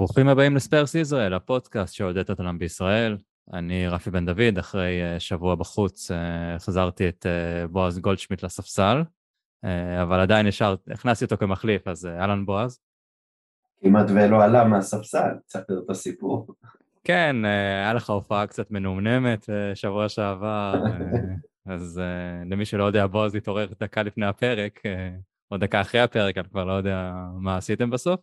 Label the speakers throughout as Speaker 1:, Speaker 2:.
Speaker 1: ברוכים הבאים לספיירס ישראל, הפודקאסט שעודד את העולם בישראל. אני רפי בן דוד, אחרי שבוע בחוץ חזרתי את בועז גולדשמיט לספסל, אבל עדיין הכנסתי אותו כמחליף, אז אהלן בועז.
Speaker 2: כמעט ולא עלה מהספסל, תספר את הסיפור.
Speaker 1: כן, היה לך הופעה קצת מנומנמת שבוע שעבר, אז למי שלא יודע, בועז התעורר דקה לפני הפרק, או דקה אחרי הפרק, אני כבר לא יודע מה עשיתם בסוף.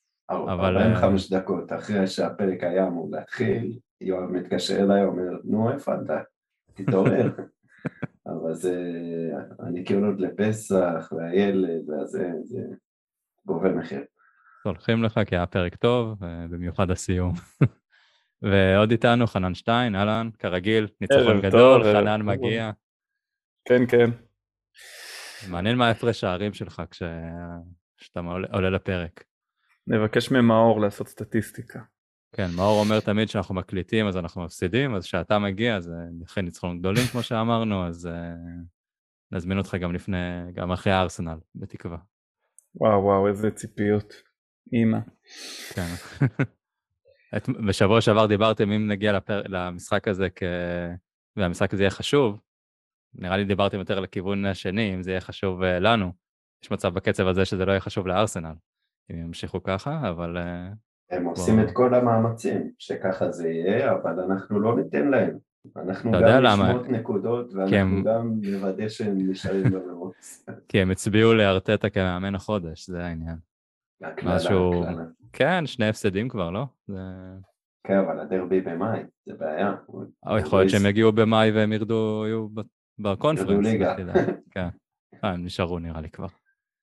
Speaker 2: 45 דקות אחרי שהפרק היה אמור להתחיל, יואב מתקשר אליי, אומר, נו, איפה אתה? תתעורר. אבל אני כאילו עוד לפסח, והילד, וזה גובה מחיר.
Speaker 1: סולחים לך כי היה פרק טוב, במיוחד הסיום. ועוד איתנו חנן שטיין, אהלן, כרגיל, ניצחון גדול, חנן מגיע.
Speaker 3: כן, כן.
Speaker 1: מעניין מה הפרש הערים שלך כשאתה עולה לפרק.
Speaker 3: נבקש ממאור לעשות סטטיסטיקה.
Speaker 1: כן, מאור אומר תמיד שאנחנו מקליטים, אז אנחנו מפסידים, אז כשאתה מגיע, אז נכין ניצחון גדולים, כמו שאמרנו, אז נזמין אותך גם אחרי הארסנל, בתקווה.
Speaker 3: וואו, איזה ציפיות. אמא.
Speaker 1: כן. בשבוע שעבר דיברתם אם נגיע למשחק הזה, והמשחק הזה יהיה חשוב, נראה לי דיברתם יותר לכיוון השני, אם זה יהיה חשוב לנו. יש מצב בקצב הזה שזה לא יהיה חשוב לארסנל, אם ימשיכו ככה, אבל...
Speaker 2: הם עושים את כל המאמצים שככה זה יהיה, אבל אנחנו לא ניתן להם. אנחנו גם נשמות נקודות, ואנחנו גם נוודא שהם נשארים במרוץ.
Speaker 1: כי הם הצביעו לארטטה כמאמן החודש, זה העניין. משהו... כן, 2 הפסדים כבר, לא?
Speaker 2: כן, אבל הדרבי במאי, זה בעיה.
Speaker 1: יכול להיות שהם יגיעו במאי והם ירדו בקונפרנס.
Speaker 2: ירדו ליגה.
Speaker 1: כן, הם נשארו נראה לי כבר.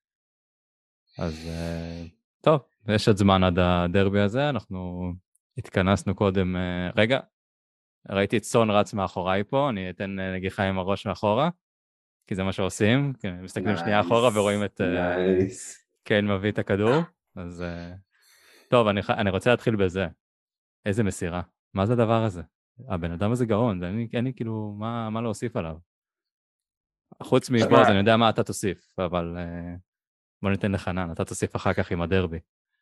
Speaker 1: אז טוב, יש עוד זמן עד הדרבי הזה, אנחנו התכנסנו קודם, רגע, ראיתי את סון רץ מאחוריי פה, אני אתן נגיחה עם הראש מאחורה, כי זה מה שעושים, מסתכלים שנייה אחורה ורואים את קיין מביא את הכדור, אז טוב, אני רוצה להתחיל בזה, איזה מסירה, מה זה הדבר הזה? הבן אדם הזה גאון, אין לי כאילו, מה להוסיף עליו? חוץ מבועז, אני יודע מה אתה תוסיף, אבל בוא ניתן לחנן, אתה תוסיף אחר כך עם הדרבי.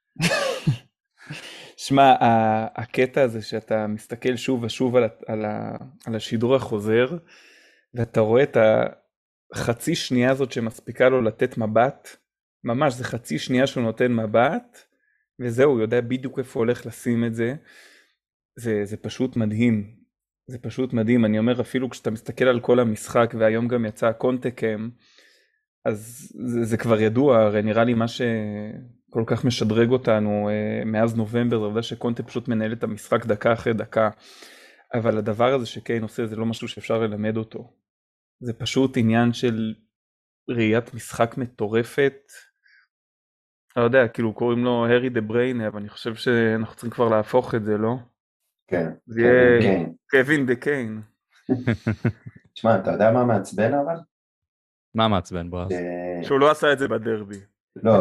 Speaker 3: שמע, הקטע הזה שאתה מסתכל שוב ושוב על השידור החוזר, ואתה רואה את החצי שנייה הזאת שמספיקה לו לתת מבט, ממש זה חצי שנייה שהוא נותן מבט, וזהו, הוא יודע בדיוק איפה הולך לשים את זה, זה פשוט מדהים, זה פשוט מדהים, אני אומר אפילו כשאתה מסתכל על כל המשחק, והיום גם יצא הקונטקם, אז זה כבר ידוע, הרי נראה לי מה שכל כך משדרג אותנו מאז נובמבר, זה עובדה שקונטה פשוט מנהל את המשחק דקה אחרי דקה, אבל הדבר הזה שקיין עושה זה לא משהו שאפשר ללמד אותו, זה פשוט עניין של ראיית משחק מטורפת, לא יודע, כאילו קוראים לו הרי דה בריינה, אבל אני חושב שאנחנו צריכים כבר להפוך את זה, לא?
Speaker 2: כן,
Speaker 3: זה יהיה קווין דה קיין.
Speaker 2: תשמע, אתה יודע מה מעצבן אבל?
Speaker 1: מה מעצבן בועז?
Speaker 3: שהוא לא עשה את זה בדרבי.
Speaker 2: לא.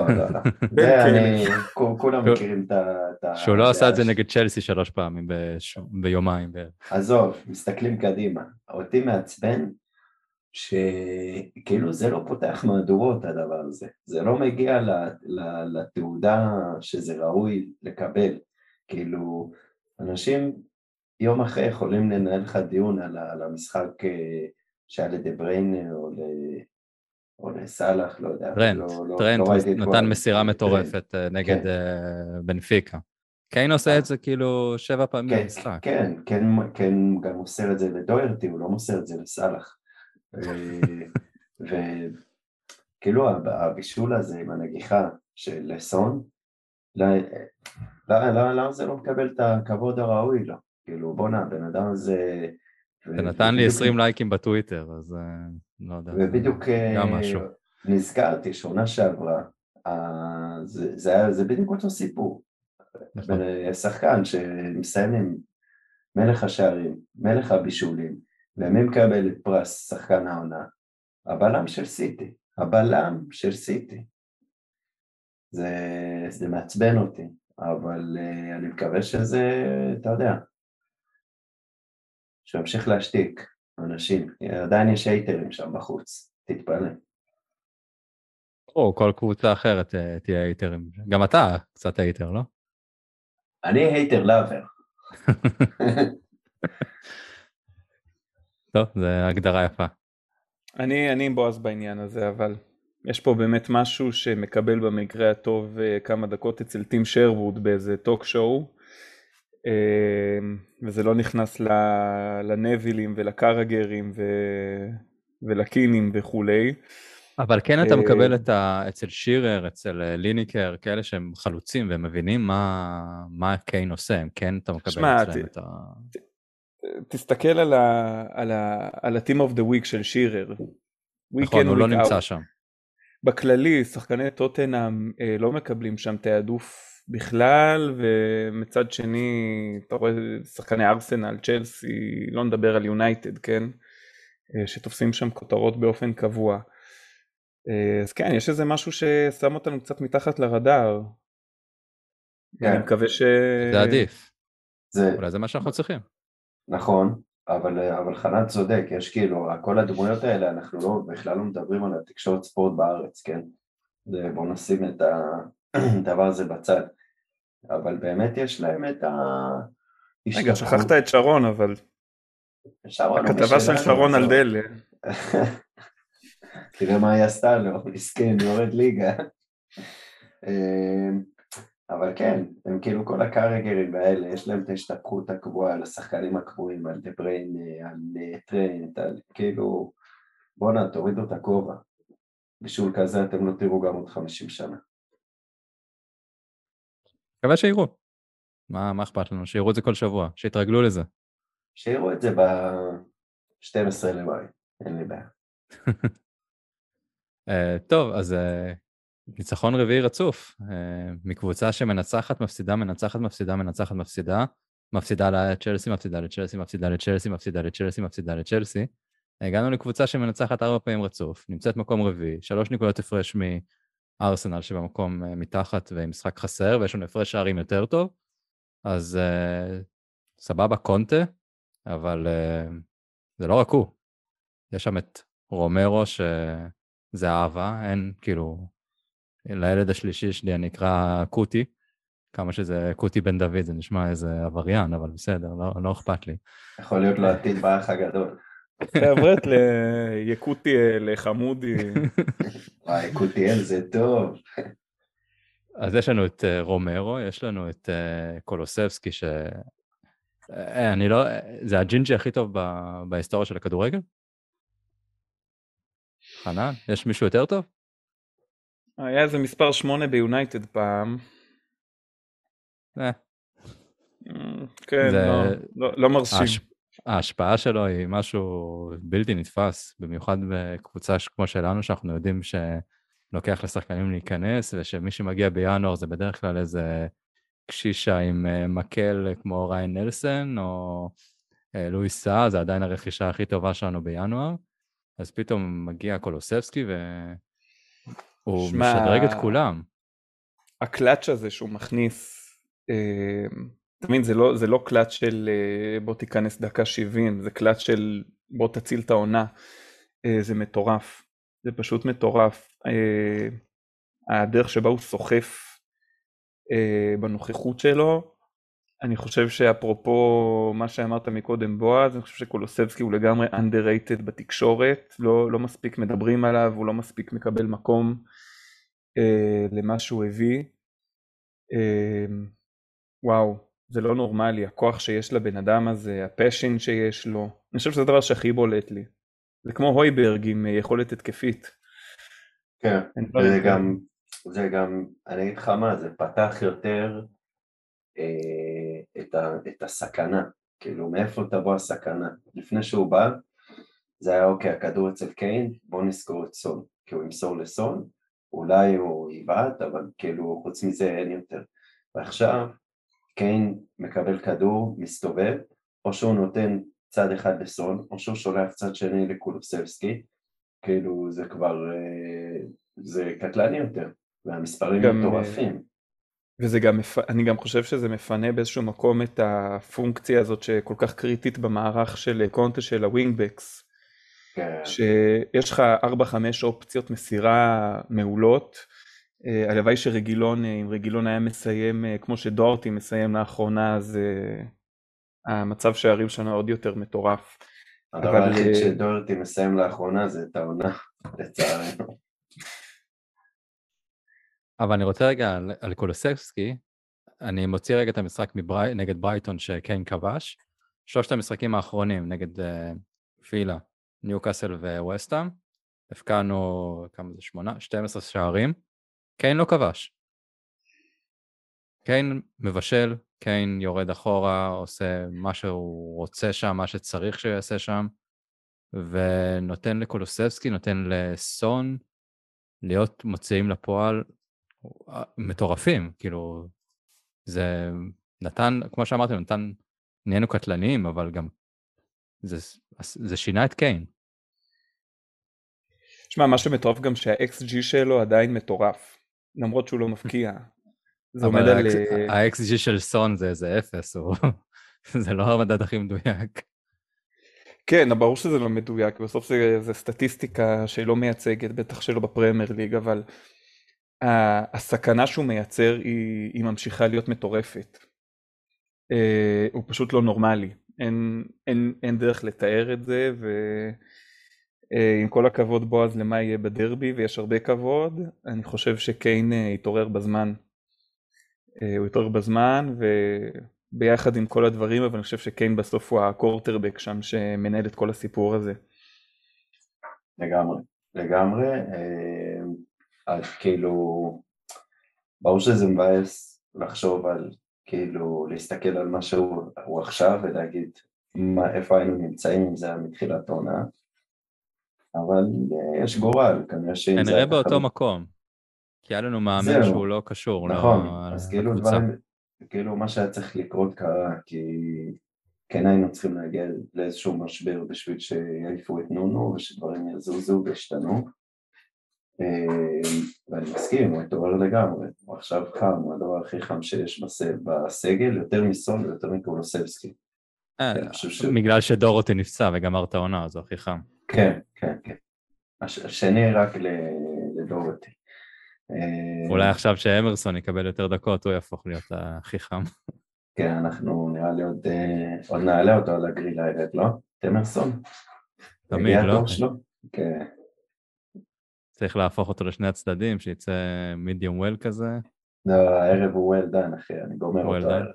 Speaker 2: כולם מכירים את ה...
Speaker 1: שהוא לא עשה את זה נגד צ'לסי 3 פעמים ביומיים.
Speaker 2: עזוב, מסתכלים קדימה. אותי מעצבן שכאילו זה לא פותח מהדורות הדבר הזה. זה לא מגיע לתעודה שזה ראוי לקבל. כאילו, אנשים יום אחרי יכולים לנהל לך דיון על המשחק שהיה לדה בריינה או לסלח, לא יודע.
Speaker 1: טרנט נתן מסירה מטורפת נגד בנפיקה. קיין עושה את זה כאילו 7 פעמים במשחק.
Speaker 2: כן, גם מוסר את זה לדוירטי, הוא לא מוסר את זה לסלח. וכאילו הבישול הזה עם הנגיחה של סון, למה זה לא מקבל את הכבוד הראוי לו? כאילו בונה, בן אדם הזה...
Speaker 1: זה נתן לי 20 לייקים בטוויטר, אז לא יודע.
Speaker 2: ובדיוק נזכרתי שעונה שעברה, זה בדיוק אותו סיפור. שחקן שמסיים עם מלך השערים, מלך הבישולים, ומי מקבל את פרס שחקן העונה? הבלם של סיטי. זה מעצבן אותי, אבל אני מקווה שזה, אתה יודע, שימשיך להשתיק אנשים, עדיין יש הייטרים שם בחוץ, תתפלא.
Speaker 1: או כל קבוצה אחרת תהיה הייטרים, גם אתה קצת הייטר, לא?
Speaker 2: אני הייטר לאבר.
Speaker 1: טוב, זו הגדרה יפה.
Speaker 3: אני עם בועז בעניין הזה, אבל יש פה באמת משהו שמקבל במקרה הטוב כמה דקות אצל טים שרווד באיזה טוק שואו, וזה לא נכנס לנבילים ולקרגרים ולקינים וכולי.
Speaker 1: אבל כן אתה מקבל אצל שירר, אצל ליניקר, כאלה שהם חלוצים והם מבינים מה קיין עושה, כן אתה מקבל אצלם את ה...
Speaker 3: תסתכל על ה-team of the week של שירר.
Speaker 1: נכון, הוא לא נמצא שם.
Speaker 3: בכללי, שחקני טוטנהאם לא מקבלים שם תעדוף בכלל, ומצד שני, אתה רואה שחקני ארסנל, צ'לסי, לא נדבר על יונייטד, כן? שתופסים שם כותרות באופן קבוע. אז כן, יש איזה משהו ששם אותנו קצת מתחת לרדאר. אני מקווה
Speaker 1: זה עדיף. אולי זה מה שאנחנו צריכים.
Speaker 2: נכון, אבל חנן צודק, יש כאילו, כל הדמויות האלה, אנחנו בכלל לא מדברים על התקשורת ספורט בארץ, כן? בואו נשים את הדבר הזה בצד. אבל באמת יש להם את ה...
Speaker 3: רגע, שכחת את שרון, אבל... הכתבה של שרון על דלה.
Speaker 2: תראה מה היא עשתה לו, מסכן, יורד ליגה. אבל כן, הם כאילו כל הקארגרים האלה, יש להם את ההשתפכות הקבועה על השחקנים הקבועים, על דה בריין, על טרנט, על כאילו, בוא'נה, תורידו את הכובע. בשביל כזה אתם לא תראו גם עוד 50 שנה.
Speaker 1: מקווה שיראו. מה אכפת לנו? שיראו את זה כל שבוע, שיתרגלו לזה.
Speaker 2: שיראו את זה ב-12 למאי, אין לי בעיה.
Speaker 1: טוב, אז ניצחון רביעי רצוף, מקבוצה שמנצחת, מפסידה, מנצחת, מפסידה, מנצחת, מפסידה, מפסידה לצ'לסי, מפסידה לצ'לסי, מפסידה לצ'לסי, מפסידה לצ'לסי, מפסידה לצ'לסי. הגענו לקבוצה שמנצחת 4 פעמים רצוף, נמצאת מקום רביעי, 3 נקודות הפרש מארסנל שבמקום מתחת ועם משחק חסר, ויש לנו הפרש שערים יותר טוב, אז סבבה קונטה, אבל זה לא רק הוא. יש שם את רומרו שזה אהבה, אין כאילו, לילד השלישי שלי אני אקרא קוטי, כמה שזה קוטי בן דוד, זה נשמע איזה עבריין, אבל בסדר, לא אכפת לי.
Speaker 2: יכול להיות לו עתיד באח הגדול.
Speaker 3: חבר'ת ליקוטי לחמודי.
Speaker 2: וואי, קוטיאל זה טוב.
Speaker 1: אז יש לנו את רומרו, יש לנו את קולוסבסקי, אני לא, זה הג'ינג'י הכי טוב בהיסטוריה של הכדורגל? חנן, יש מישהו יותר טוב?
Speaker 3: היה איזה מספר 8 ביונייטד פעם. כן, לא מרשים.
Speaker 1: ההשפעה שלו היא משהו בלתי נתפס, במיוחד בקבוצה כמו שלנו, שאנחנו יודעים שלוקח לשחקנים להיכנס, ושמי שמגיע בינואר זה בדרך כלל איזה קשישה עם מקל כמו ריין נלסון, או לואיס סאה, זה עדיין הרכישה הכי טובה שלנו בינואר, אז פתאום מגיע קולוסבסקי והוא משדרג את כולם.
Speaker 3: הקלאץ' הזה שהוא מכניס, תמיד זה לא קלאץ' של בוא תיכנס דקה 70, זה קלאץ' של בוא תציל את העונה, זה מטורף, זה פשוט מטורף. הדרך שבה הוא סוחף בנוכחות שלו, אני חושב שאפרופו מה שאמרת מקודם בועז, אני חושב שקולוסבסקי הוא לגמרי underrated בתקשורת, לא מספיק מדברים עליו, הוא לא מספיק מקבל מקום למה שהוא הביא. וואו, זה לא נורמלי, הכוח שיש לבן אדם הזה, הפשן שיש לו, אני חושב שזה הדבר שהכי בולט לי. זה כמו הויברג עם יכולת התקפית.
Speaker 2: כן, זה גם, אני אגיד לך מה, זה פתח יותר את הסכנה, כאילו מאיפה תבוא הסכנה. לפני שהוא בא, זה היה אוקיי, הכדור אצל קיין, בוא נזכור את סון, כי הוא ימסור לסון, אולי הוא יבעט, אבל כאילו חוץ מזה אין יותר. ועכשיו, קיין מקבל כדור, מסתובב, או שהוא נותן צד אחד לסון, או שהוא שולח צד שני לקולוסבסקי, כאילו זה כבר, זה קטלני יותר, והמספרים מטורפים.
Speaker 3: וזה גם, אני גם חושב שזה מפנה באיזשהו מקום את הפונקציה הזאת שכל כך קריטית במערך של קונטה של הווינגבקס, שיש לך 4-5 אופציות מסירה מעולות, הלוואי שרגילון, אם רגילון היה מסיים כמו שדורטי מסיים לאחרונה, אז המצב שערים שלנו עוד יותר מטורף.
Speaker 2: הדבר היחיד שדורטי מסיים לאחרונה זה את העונה, לצערנו.
Speaker 1: אבל אני רוצה רגע על קולוסבסקי, אני מוציא רגע את המשחק נגד ברייטון שקיין כבש, 3 המשחקים האחרונים נגד וילה, ניוקאסל וווסטהאם, הפקענו כמה זה 12 שערים, קיין לא כבש. קיין מבשל, קיין יורד אחורה, עושה מה שהוא רוצה שם, מה שצריך שהוא יעשה שם, ונותן לקולוסבסקי, נותן לסון, להיות מוציאים לפועל מטורפים, כאילו, זה נתן, כמו שאמרתי, נהיינו קטלניים, אבל גם זה שינה את קיין.
Speaker 3: שמע, מה שמטורף גם שה-XG שלו עדיין מטורף, למרות שהוא לא מפקיע. זה עומד על...
Speaker 1: ה-XG של סון זה 0, זה לא המדד הכי מדויק.
Speaker 3: כן, ברור שזה לא מדויק, בסוף זה סטטיסטיקה שהיא לא מייצגת, בטח שלא בפרמייר ליג, אבל הסכנה שהוא מייצר היא ממשיכה להיות מטורפת. הוא פשוט לא נורמלי, אין דרך לתאר את זה, ועם כל הכבוד בועז למה יהיה בדרבי, ויש הרבה כבוד, אני חושב שקיין יתעורר בזמן. הוא יתעורר בזמן, וביחד עם כל הדברים, אבל אני חושב שקיין בסוף הוא הקורטרבק שם שמנהל את כל הסיפור הזה.
Speaker 2: לגמרי. אז כאילו, ברור שזה מבאס לחשוב על, כאילו, להסתכל על מה שהוא עכשיו ולהגיד איפה היינו נמצאים אם זה היה מתחילת העונה, אבל יש גורל,
Speaker 1: כנראה באותו מקום, כי היה לנו מאמן שהוא לא קשור.
Speaker 2: נכון, אז כאילו דברים, כאילו מה שהיה צריך לקרות קרה, כי כן היינו צריכים להגיע לאיזשהו משבר בשביל שיעיפו את נונו ושדברים יזוזו והשתנו, ואני מסכים, הוא התעורר לגמרי, הוא עכשיו חם, הוא הדבר הכי חם שיש בסגל, יותר מסון ויותר מקולוסבסקי.
Speaker 1: בגלל שדורותי נפצע וגמר את העונה, אז הוא הכי חם.
Speaker 2: כן. השני רק לדורותי.
Speaker 1: אולי עכשיו שאמרסון יקבל יותר דקות, הוא יהפוך להיות הכי חם.
Speaker 2: כן, אנחנו נראה לי עוד נעלה אותו על הגריל הערב, לא? אמרסון?
Speaker 1: תמיד, לא?
Speaker 2: כן.
Speaker 1: צריך להפוך אותו לשני הצדדים, שיצא מידיום וויל כזה.
Speaker 2: לא, הערב הוא וויל דן, אחי, אני גומר אותו הערב.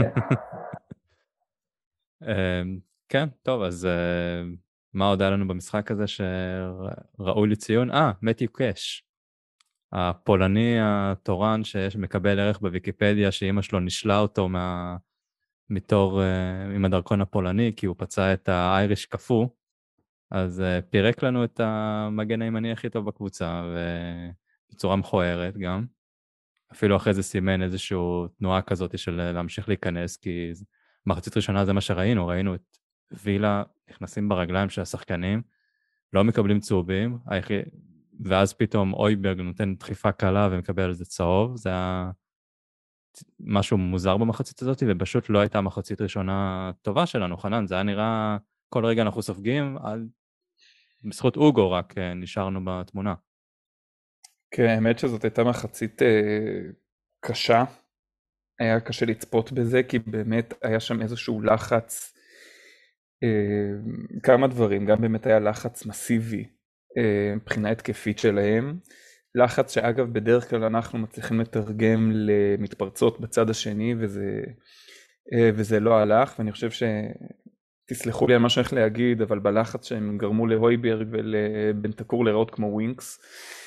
Speaker 1: כן, טוב, אז מה עוד היה לנו במשחק הזה שראוי לציון? מתיו קש, הפולני התורן שמקבל ערך בוויקיפדיה, שאמא שלו נשלה אותו מתור עם הדרכון הפולני, כי הוא פצע את האייריש קפוא, אז פירק לנו את המגן הימני הכי טוב בקבוצה, ובצורה מכוערת גם. אפילו אחרי זה סימן איזושהי תנועה כזאת של להמשיך להיכנס, כי מחצית ראשונה זה מה שראינו, ראינו את וילה נכנסים ברגליים של השחקנים, לא מקבלים צהובים, ואז פתאום אויברג נותן דחיפה קלה ומקבל על זה צהוב, זה היה משהו מוזר במחצית הזאת, ופשוט לא הייתה מחצית ראשונה טובה שלנו, חנן, זה היה נראה, כל רגע אנחנו סופגים, בזכות אוגו רק נשארנו בתמונה.
Speaker 3: כן, האמת שזאת הייתה מחצית קשה, היה קשה לצפות בזה, כי באמת היה שם איזשהו לחץ, כמה דברים, גם באמת היה לחץ מסיבי, מבחינה התקפית שלהם, לחץ שאגב בדרך כלל אנחנו מצליחים לתרגם למתפרצות בצד השני, וזה לא הלך, ואני חושב תסלחו לי על מה שאני הולך להגיד, אבל בלחץ שהם גרמו להויברג ולבנטקור לראות כמו ווינקס,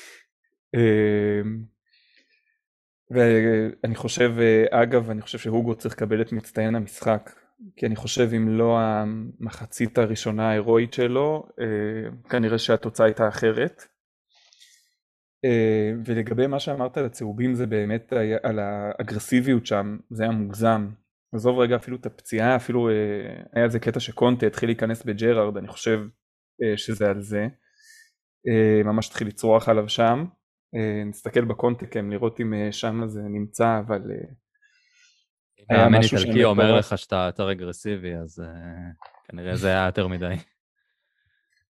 Speaker 3: ואני חושב, אגב, אני חושב שהוגו צריך לקבל את מצטיין המשחק, כי אני חושב אם לא המחצית הראשונה ההירואית שלו, כנראה שהתוצאה הייתה אחרת. ולגבי מה שאמרת על הצהובים, זה באמת על האגרסיביות שם, זה היה מוגזם. עזוב רגע אפילו את הפציעה, אפילו היה איזה קטע שקונטה התחיל להיכנס בג'רארד, אני חושב שזה על זה. ממש התחיל לצרוח עליו שם. נסתכל בקונטקם לראות אם שם זה נמצא, אבל
Speaker 1: מאמן איטלקי אומר לך שאתה יותר אגרסיבי, אז כנראה זה היה יותר מדי.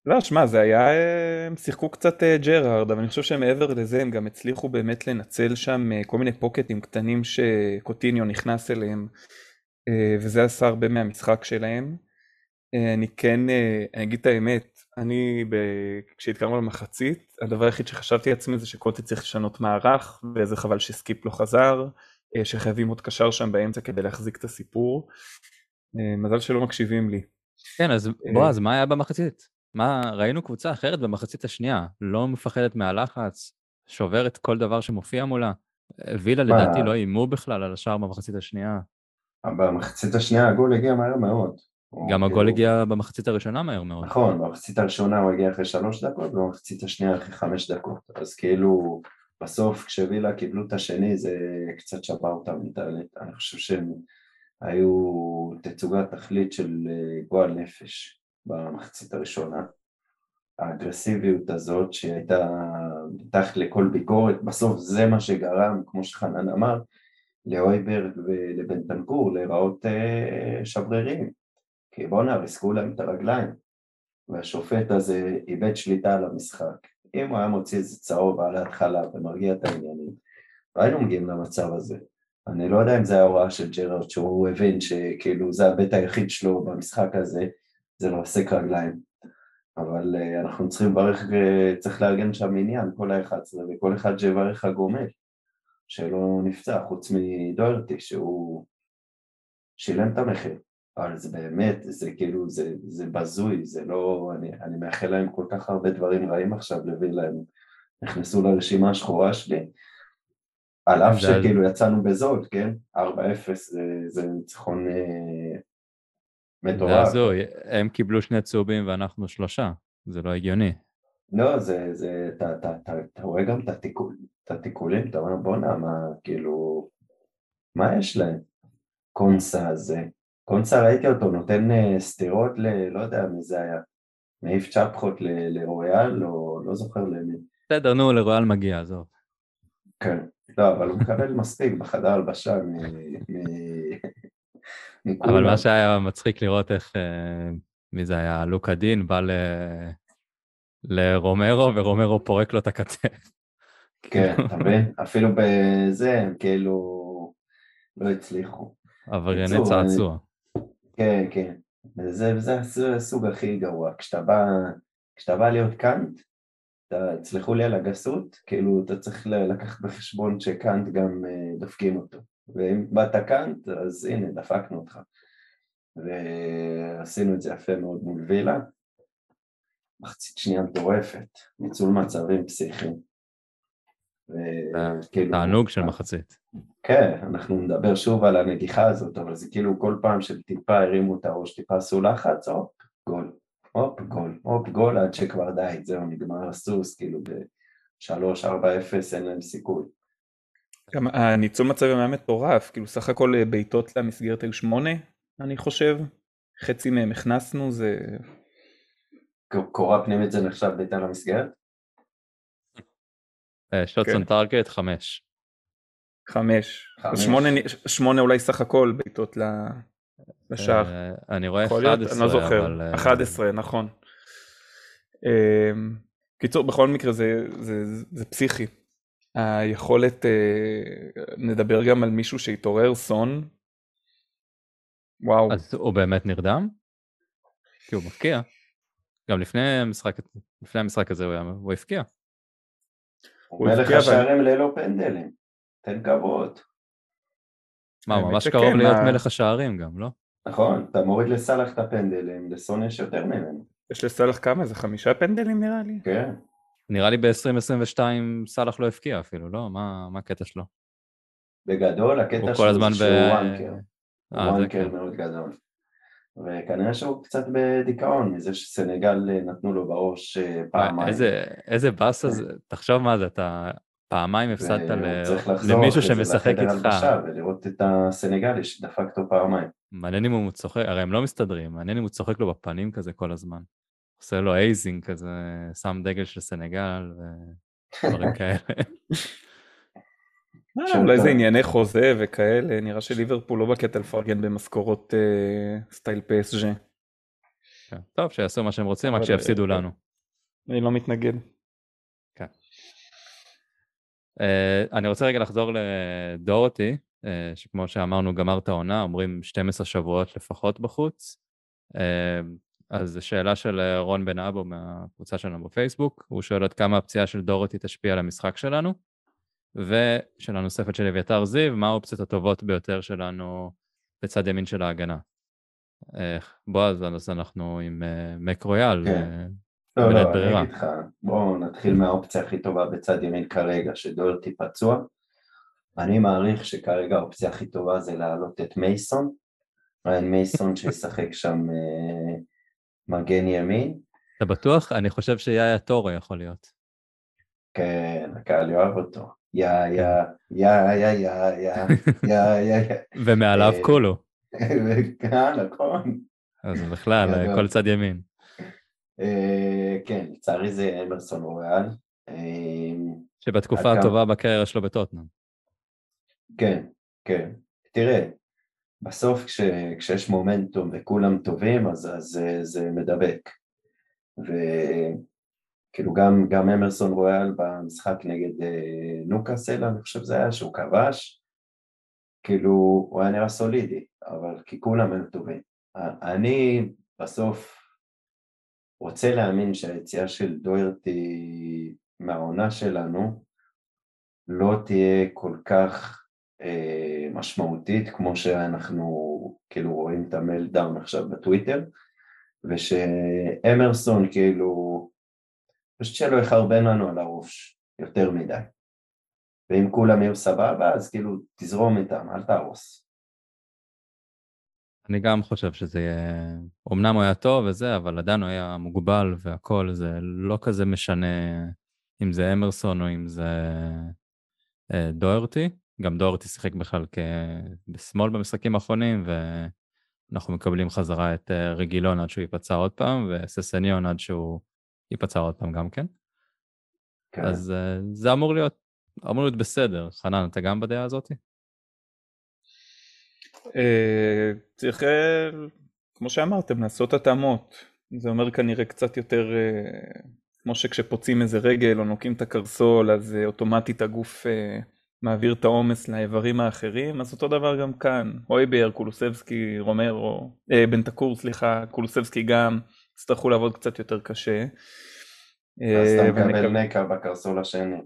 Speaker 3: לא, שמע, זה היה, הם שיחקו קצת ג'רארד, אבל אני חושב שמעבר לזה הם גם הצליחו באמת לנצל שם כל מיני פוקטים קטנים שקוטיניו נכנס אליהם, וזה עשה הרבה מהמשחק שלהם. אני כן, אני אגיד את האמת, כשהתקרבנו למחצית, הדבר היחיד שחשבתי לעצמי זה שקוטי צריך לשנות מערך, ואיזה חבל שסקיפ לא חזר, שחייבים עוד קשר שם באמצע כדי להחזיק את הסיפור. מזל שלא מקשיבים לי.
Speaker 1: כן, אז בועז, מה היה במחצית? ראינו קבוצה אחרת במחצית השנייה, לא מפחדת מהלחץ, שוברת כל דבר שמופיע מולה. וילה לדעתי לא אימו בכלל על השער במחצית השנייה.
Speaker 2: במחצית השנייה הגול הגיע מהר מאוד.
Speaker 1: גם הגול הגיע במחצית הראשונה מהר מאוד.
Speaker 2: נכון, במחצית הראשונה הוא הגיע אחרי 3 דקות, ובמחצית השנייה אחרי 5 דקות. אז כאילו, בסוף כשווילה קיבלו את השני, זה קצת שבר אותם מנטלית. אני חושב שהם היו תצוגת תכלית של גועל נפש במחצית הראשונה. האגרסיביות הזאת שהייתה מתחת לכל ביקורת, בסוף זה מה שגרם, כמו שחנן אמר, לאויברג ולבנטנקור להיראות שברירים. כי בואו ריסקו להם את הרגליים, והשופט הזה איבד שליטה על המשחק. אם הוא היה מוציא איזה צהוב על ההתחלה ומרגיע את העניינים, והיינו מגיעים למצב הזה. אני לא יודע אם זה ההוראה של ג'רארד, שהוא הבין שכאילו זה הבית היחיד שלו במשחק הזה, זה לא עסק רגליים. אבל אנחנו צריכים לברך וצריך לארגן שם עניין, כל ה-11, וכל אחד שיברך הגומל, שלא נפצע, חוץ מדוירטי, שהוא שילם את המחיר. אבל זה באמת, זה כאילו, זה בזוי, זה לא, אני מאחל להם כל כך הרבה דברים רעים עכשיו, להביא להם, נכנסו לרשימה השחורה שלי, על אף שכאילו יצאנו בזול, כן? 4-0 זה ניצחון מטורף.
Speaker 1: זה הזוי, הם קיבלו 2 צהובים ואנחנו 3, זה לא הגיוני.
Speaker 2: לא, אתה רואה גם את התיקולים, אתה אומר בוא מה, כאילו, מה יש להם? קונסה הזה, קונסה ראיתי אותו נותן סתירות לא יודע מי זה היה, מעיף צ'פחות לרויאל, או לא זוכר למי.
Speaker 1: בסדר, נו, לרויאל מגיע, עזוב.
Speaker 2: כן, לא, אבל הוא מקבל מספיק בחדר הלבשה מכולם.
Speaker 1: אבל מה שהיה מצחיק לראות איך, מי זה היה, לוקה דין בא לרומרו, ורומרו פורק לו את הכתף.
Speaker 2: כן, אתה מבין? אפילו בזה הם כאילו לא הצליחו.
Speaker 1: עברייני צעצוע.
Speaker 2: כן, כן. וזה הסוג הכי גרוע. כשאתה בא להיות קאנט, תסלחו לי על הגסות, כאילו אתה צריך לקחת בחשבון שקאנט גם דפקים אותו. ואם באת קאנט, אז הנה, דפקנו אותך. ועשינו את זה יפה מאוד מול וילה. מחצית שנייה מטורפת, ניצול מצבים פסיכיים.
Speaker 1: תענוג של מחצית.
Speaker 2: כן, אנחנו נדבר שוב על הנגיחה הזאת, אבל זה כאילו כל פעם שטיפה הרימו את הראש, טיפה עשו לחץ, הופ, גול, הופ, גול, הופ, גול, עד שכבר די, זהו, נגמר הסוס, כאילו ב-3-4-0 אין להם סיכוי.
Speaker 3: גם הניצול מצבים היה מטורף, כאילו סך הכל בעיטות למסגרת היו 8, אני חושב, חצי מהם הכנסנו, זה...
Speaker 2: קורה פנימית זה נחשב בעיטה למסגרת?
Speaker 1: שוטס און טארגט 5.
Speaker 3: 5. 8 אולי סך הכל בעיטות לשער.
Speaker 1: אני רואה 11,
Speaker 3: אני לא זוכר, 11, נכון. קיצור, בכל מקרה זה פסיכי. היכולת, נדבר גם על מישהו שהתעורר, סון. וואו.
Speaker 1: אז הוא באמת נרדם? כי הוא מפקיע. גם לפני המשחק הזה הוא הפקיע.
Speaker 2: הוא מלך השערים ללא פנדלים. תן כבוד.
Speaker 1: מה, ממש קרוב להיות מלך השערים גם, לא?
Speaker 2: נכון, אתה מוריד לסלח את הפנדלים, לסון יש יותר ממנו.
Speaker 3: יש לסלח כמה? זה 5 פנדלים נראה לי?
Speaker 2: כן.
Speaker 1: נראה לי ב-2022 סלח לא הפקיע אפילו, לא? מה הקטע שלו?
Speaker 2: בגדול, הקטע שלו זה שהוא וואנקר. הוא וואנקר מאוד גדול. וכנראה שהוא קצת בדיכאון, מזה שסנגל נתנו לו בראש פעמיים.
Speaker 1: איזה באס הזה, תחשוב מה זה, אתה פעמיים הפסדת למישהו שמשחק איתך.
Speaker 2: ולראות את הסנגלי שדפק אותו פעמיים.
Speaker 1: מעניין אם הוא צוחק, הרי הם לא מסתדרים, מעניין אם הוא צוחק לו בפנים כזה כל הזמן. עושה לו אייזינג כזה, שם דגל של סנגל ודברים כאלה.
Speaker 3: אולי זה ענייני חוזה וכאלה, נראה שליברפול לא בקטע לפרגן במשכורות סטייל PSG.
Speaker 1: כן. טוב, שיעשו מה שהם רוצים, רק שיפסידו לנו.
Speaker 3: אני לא מתנגד.
Speaker 1: כן. אני רוצה רגע לחזור לדורותי, שכמו שאמרנו, גמר את העונה, אומרים 12 שבועות לפחות בחוץ. אז זו שאלה של רון בן אבו מהקבוצה שלנו בפייסבוק, הוא שואל עד כמה הפציעה של דורותי תשפיע על המשחק שלנו, ושאלה נוספת של אביתר זיו, מה האופציות הטובות ביותר שלנו בצד ימין של ההגנה. בועז, אז אנחנו עם מק רויאל,
Speaker 2: לא, אני אגיד לך, בואו נתחיל מהאופציה הכי טובה בצד ימין כרגע, שדוירטי פצוע. אני מעריך שכרגע האופציה הכי טובה זה להעלות את מייסון, ריין מייסון שישחק שם מגן ימין.
Speaker 1: אתה בטוח? אני חושב שיהיה טורו יכול להיות.
Speaker 2: כן, הקהל יאהב אותו. יא.
Speaker 1: ומעליו כולו.
Speaker 2: נכון.
Speaker 1: אז בכלל, כל צד ימין.
Speaker 2: כן, לצערי זה אמרסון רויאל.
Speaker 1: שבתקופה הטובה בקריירה שלו בטוטנהאם.
Speaker 2: כן, כן. תראה, בסוף כשיש מומנטום וכולם טובים, אז זה מדבק. וכאילו גם אמרסון רויאל במשחק נגד נוקאסל, אני חושב זה היה שהוא כבש, כאילו הוא היה נראה סולידי, אבל כי כולם הם טובים. אני בסוף רוצה להאמין שהיציאה של דוירטי מהעונה שלנו לא תהיה כל כך משמעותית כמו שאנחנו כאילו רואים את המלדאון עכשיו בטוויטר, ושאמרסון כאילו פשוט שלא יחרבן לנו על הראש יותר מדי, ואם כולם יהיו סבבה אז כאילו תזרום איתם, אל תהרוס.
Speaker 1: אני גם חושב שזה יהיה, אמנם הוא היה טוב וזה, אבל עדיין הוא היה מוגבל והכל, זה לא כזה משנה אם זה אמרסון או אם זה דוירטי. גם דוירטי שיחק בכלל בשמאל במשחקים האחרונים, ואנחנו מקבלים חזרה את רגילון עד שהוא ייפצע עוד פעם, וססניון עד שהוא ייפצע עוד פעם גם כן. כן. אז זה אמור להיות בסדר. חנן, אתה גם בדעה הזאת?
Speaker 3: צריך, כמו שאמרתם, לעשות התאמות. זה אומר כנראה קצת יותר, כמו שכשפוצעים איזה רגל או נוקים את הקרסול, אז אוטומטית הגוף מעביר את העומס לאיברים האחרים, אז אותו דבר גם כאן. הויבר, קולוסבסקי, רומרו, בנטקור, סליחה, קולוסבסקי גם, יצטרכו לעבוד קצת יותר קשה.
Speaker 2: אז אתה מקבל נקע בקרסול השני.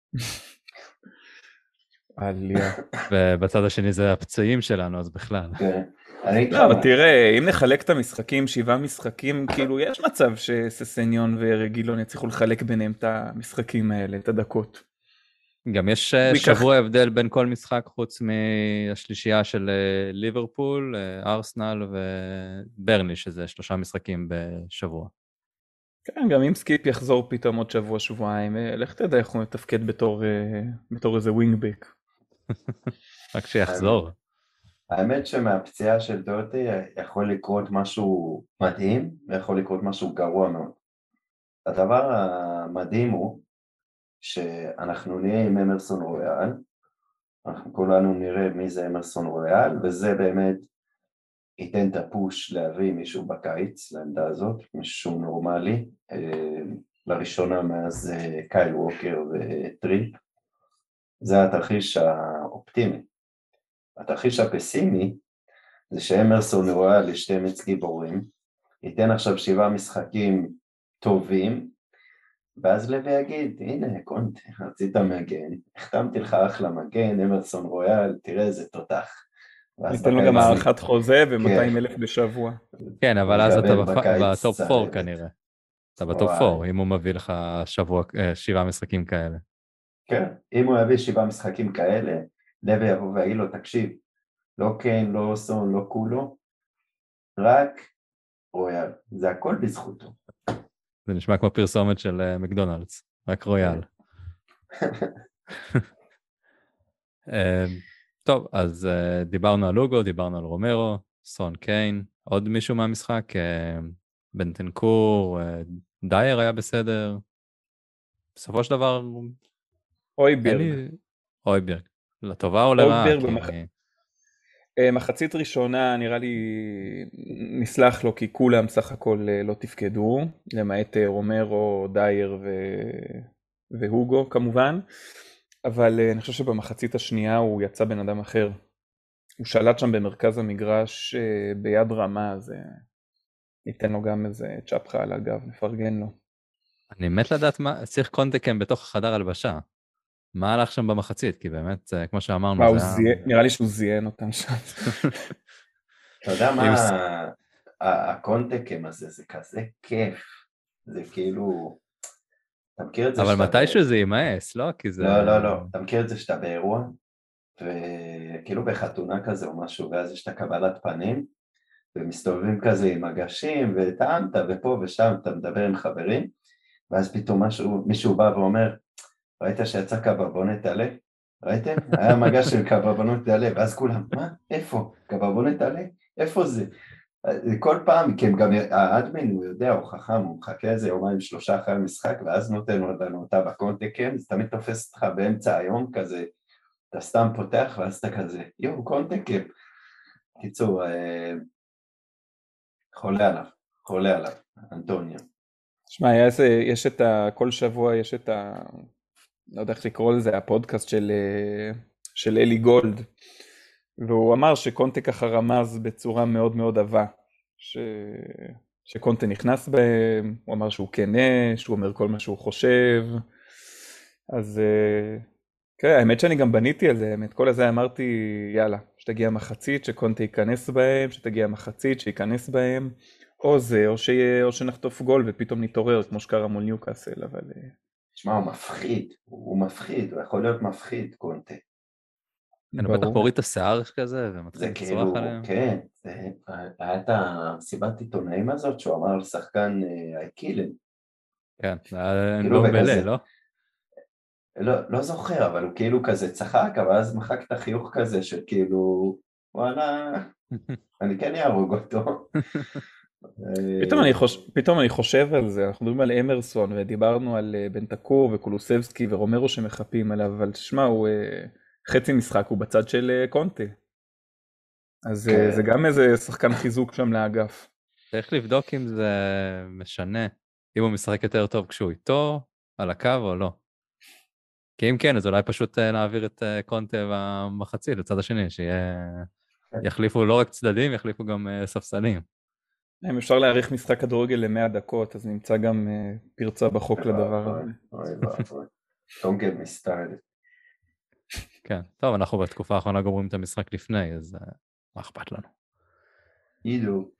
Speaker 3: עליה.
Speaker 1: ובצד השני זה הפצעים שלנו, אז בכלל.
Speaker 3: לא, אבל תראה, אם נחלק את המשחקים, 7 משחקים, כאילו יש מצב שססניון ורגילון יצליחו לחלק ביניהם את המשחקים האלה, את הדקות.
Speaker 1: גם יש שבוע הבדל בין כל משחק, חוץ מהשלישייה של ליברפול, ארסנל וברני, שזה 3 משחקים בשבוע.
Speaker 3: כן, גם אם סקיפ יחזור פתאום עוד שבוע, שבועיים, לך תדע איך הוא מתפקד בתור איזה ווינגבק.
Speaker 1: רק שיחזור.
Speaker 2: האמת שמהפציעה של דוירטי יכול לקרות משהו מדהים, ויכול לקרות משהו גרוע מאוד. הדבר המדהים הוא, שאנחנו נהיה עם אמרסון רויאל, אנחנו כולנו נראה מי זה אמרסון רויאל, וזה באמת ייתן את הפוש להביא מישהו בקיץ לעמדה הזאת, מישהו נורמלי, לראשונה מאז קייל ווקר וטריפ. זה התרחיש האופטימי. התרחיש הפסימי זה שאמרסון רויאל ל-12 גיבורים, ייתן עכשיו 7 משחקים טובים, ואז לוי יגיד, הנה קונטה, רצית מגן, החתמתי לך אחלה מגן, אמרסון רויאל, תראה איזה תותח.
Speaker 3: ניתן לו גם הערכת חוזה ו200,000 בשבוע.
Speaker 1: כן, אבל אז אתה בטופ 4 כנראה. אתה בטופ 4, אם הוא מביא לך 7 משחקים כאלה.
Speaker 2: כן, אם הוא יביא 7 משחקים כאלה, לוי יבוא ויגיד לו, תקשיב, לא קיין, לא סון, לא כולו, רק רויאל, זה הכל בזכותו.
Speaker 1: זה נשמע כמו פרסומת של מקדונלדס, רק רויאל. טוב, אז דיברנו על לוגו, דיברנו על רומרו, סון קיין, עוד מישהו מהמשחק, בנטנקור, דייר היה בסדר, בסופו של דבר...
Speaker 3: אויברג.
Speaker 1: אויברג, לטובה או לרעה?
Speaker 3: מחצית ראשונה נראה לי נסלח לו כי כולם סך הכל לא תפקדו, למעט רומרו, דייר והוגו כמובן, אבל אני חושב שבמחצית השנייה הוא יצא בן אדם אחר. הוא שלט שם במרכז המגרש ביד רמה, אז ניתן לו גם איזה צ'פחה על הגב, נפרגן לו.
Speaker 1: אני מת לדעת מה, צריך קונטקם בתוך החדר הלבשה. מה הלך שם במחצית? כי באמת, כמו שאמרנו, זה היה...
Speaker 3: נראה לי שהוא זיין אותם שם.
Speaker 2: אתה יודע מה, הקונטקם הזה, זה כזה כיף. זה כאילו, אתה מכיר את זה
Speaker 1: אבל
Speaker 2: שאתה...
Speaker 1: מתישהו זה יימאס, לא? כי זה...
Speaker 2: לא, אתה מכיר את זה שאתה באירוע, וכאילו בחתונה כזה או משהו, ואז יש את הקבלת פנים, ומסתובבים כזה עם מגשים, וטעמת, ופה ושם, אתה מדבר עם חברים, ואז פתאום מישהו בא ואומר, ראית שיצא קבבונת עלה? ראיתם? היה מגש של קבבונות עלה, ואז כולם, מה? איפה? קבבונות עלה? איפה זה? כל פעם, כי גם האדמין, הוא יודע, הוא חכם, הוא מחכה איזה יומיים 3 אחרי המשחק, ואז נותן לנו אותה בקונטקם, זה תמיד תופס אותך באמצע היום כזה, אתה סתם פותח, ואז אתה כזה, קונטקם. קיצור, חולה עליו, אנטוניו.
Speaker 3: שמע, יש את כל שבוע יש את לא יודע איך לקרוא לזה, הפודקאסט של אלי גולד, והוא אמר שקונטה ככה רמז בצורה מאוד מאוד עבה, שקונטה נכנס בהם, הוא אמר שהוא כנה, שהוא אומר כל מה שהוא חושב, אז כן, האמת שאני גם בניתי על זה, האמת, כל הזה אמרתי, יאללה, שתגיע מחצית, שקונטה ייכנס בהם, שתגיע מחצית, שייכנס בהם, או זה, או שנחטוף גול ופתאום נתעורר, כמו שקרה מול ניוקאסל, אבל...
Speaker 2: תשמע, הוא מפחיד, הוא יכול להיות מפחיד, קונטה.
Speaker 1: הוא בטח מוריד את השיער כזה, ומתחיל לצרוח עליהם.
Speaker 2: כן, היה את המסיבת עיתונאים הזאת, שהוא אמר לשחקן אייקילן.
Speaker 1: כן, לא בלה, לא?
Speaker 2: לא זוכר, אבל הוא כאילו כזה צחק, אבל אז מחק את החיוך כזה, שכאילו, וואלה, אני כן אהרוג אותו.
Speaker 3: פתאום אני חושב על זה, אנחנו מדברים על אמרסון ודיברנו על בנטקור וקולוסבסקי ורומרו שמחפים עליו, אבל תשמע, הוא חצי משחק הוא בצד של קונטה, אז זה גם איזה שחקן חיזוק שם לאגף.
Speaker 1: צריך לבדוק אם זה משנה, אם הוא משחק יותר טוב כשהוא איתו, על הקו או לא. כי אם כן, אז אולי פשוט נעביר את קונטה במחצית לצד השני, שיחליפו לא רק צדדים, יחליפו גם ספסלים.
Speaker 3: אם אפשר להאריך משחק כדורגל ל100 דקות, אז נמצא גם פרצה בחוק לדבר הזה.
Speaker 2: Don't get me started.
Speaker 1: כן, טוב, אנחנו בתקופה האחרונה גומרים את המשחק לפני, אז מה אכפת לנו?
Speaker 2: ידעו.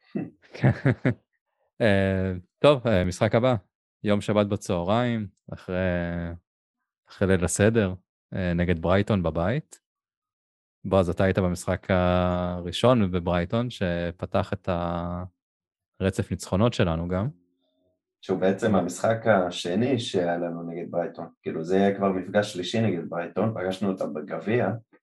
Speaker 1: טוב, משחק הבא, יום שבת בצהריים, אחרי ליל הסדר, נגד ברייטון בבית. בועז, אתה היית במשחק הראשון בברייטון, שפתח את הרצף ניצחונות שלנו גם.
Speaker 2: שהוא בעצם המשחק השני שהיה לנו נגד ברייטון. כאילו זה יהיה כבר מפגש שלישי נגד ברייטון, פגשנו אותם בגביע.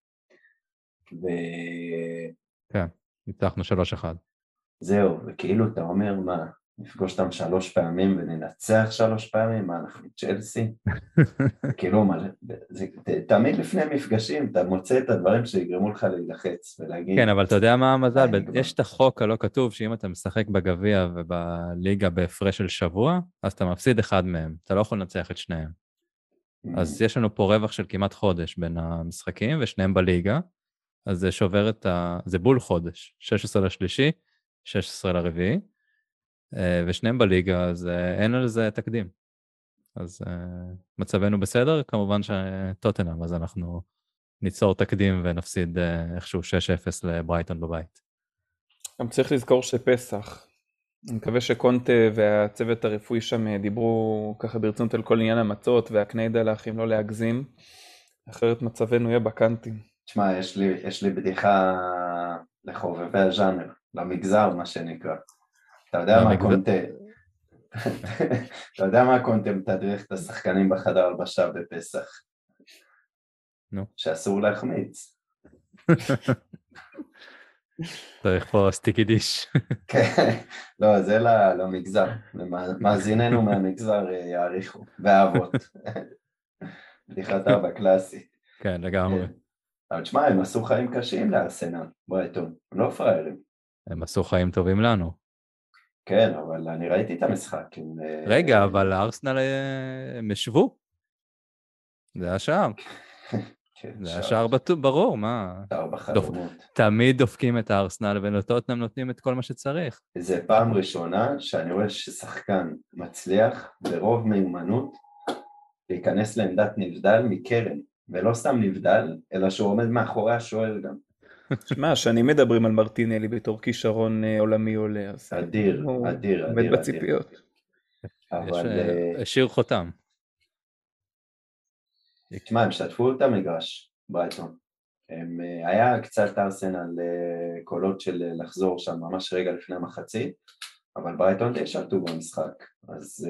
Speaker 1: כן, ניצחנו 3-1.
Speaker 2: זהו, וכאילו אתה אומר מה, נפגוש אותם 3 פעמים וננצח 3 פעמים, מה אנחנו צ'לסי? כאילו, תמיד לפני מפגשים, אתה מוצא את הדברים שיגרמו לך להילחץ ולהגיד...
Speaker 1: כן, אבל אתה יודע מה המזל? יש את החוק הלא כתוב שאם אתה משחק בגביע ובליגה בהפרש של שבוע, אז אתה מפסיד אחד מהם, אתה לא יכול לנצח את שניהם. אז יש לנו פה רווח של כמעט חודש בין המשחקים, ושניהם בליגה, אז זה שובר זה בול חודש, 16 לשלישי, 16 לרביעי, ושניהם בליגה, אז אין על זה תקדים. אז מצבנו בסדר, כמובן שטוטנהאם, אז אנחנו ניצור תקדים ונפסיד איכשהו 6-0 לברייטון בבית.
Speaker 3: גם צריך לזכור שפסח, אני מקווה שקונטה והצוות הרפואי שם דיברו ככה ברצינות על כל עניין המצות והקניידה לאחים לא להגזים, אחרת מצבנו יהיה בקנטים.
Speaker 2: תשמע, יש לי בדיחה לחובבי הז'אנר, למגזר מה שנקרא. אתה יודע מה קונטה מתדרך את השחקנים בחדר הלבשה בפסח? שאסור להחמיץ.
Speaker 1: צריך פה סטיקי דיש.
Speaker 2: כן, לא, זה למגזר, מאזיננו מהמגזר יעריכו, ואהבות. בדיחת אבא קלאסי.
Speaker 1: כן, לגמרי.
Speaker 2: אבל תשמע, הם עשו חיים קשים לארסנל, ברייטון, לא פראיירים.
Speaker 1: הם עשו חיים טובים לנו.
Speaker 2: כן, אבל אני ראיתי את המשחק.
Speaker 1: רגע, אבל ארסנל הם ישבו. זה השער. זה השער ברור, מה?
Speaker 2: שער בחלומות.
Speaker 1: תמיד דופקים את הארסנל ולטוטנהאם נותנים את כל מה שצריך.
Speaker 2: זה פעם ראשונה שאני רואה ששחקן מצליח ברוב מיומנות להיכנס לעמדת נבדל מקרן, ולא סתם נבדל, אלא שהוא עומד מאחורי השוער גם.
Speaker 3: שמע, שנים מדברים על מרטינלי בתור כישרון עולמי עולה, אז
Speaker 2: אדיר,
Speaker 3: הוא
Speaker 2: אדיר,
Speaker 3: עומד
Speaker 2: אדיר.
Speaker 3: בציפיות.
Speaker 2: אבל...
Speaker 1: השאיר חותם.
Speaker 2: תשמע, הם שטפו את המגרש, ברייטון. היה קצת ארסנל קולות של לחזור שם ממש רגע לפני המחצית, אבל ברייטון די שטו במשחק, אז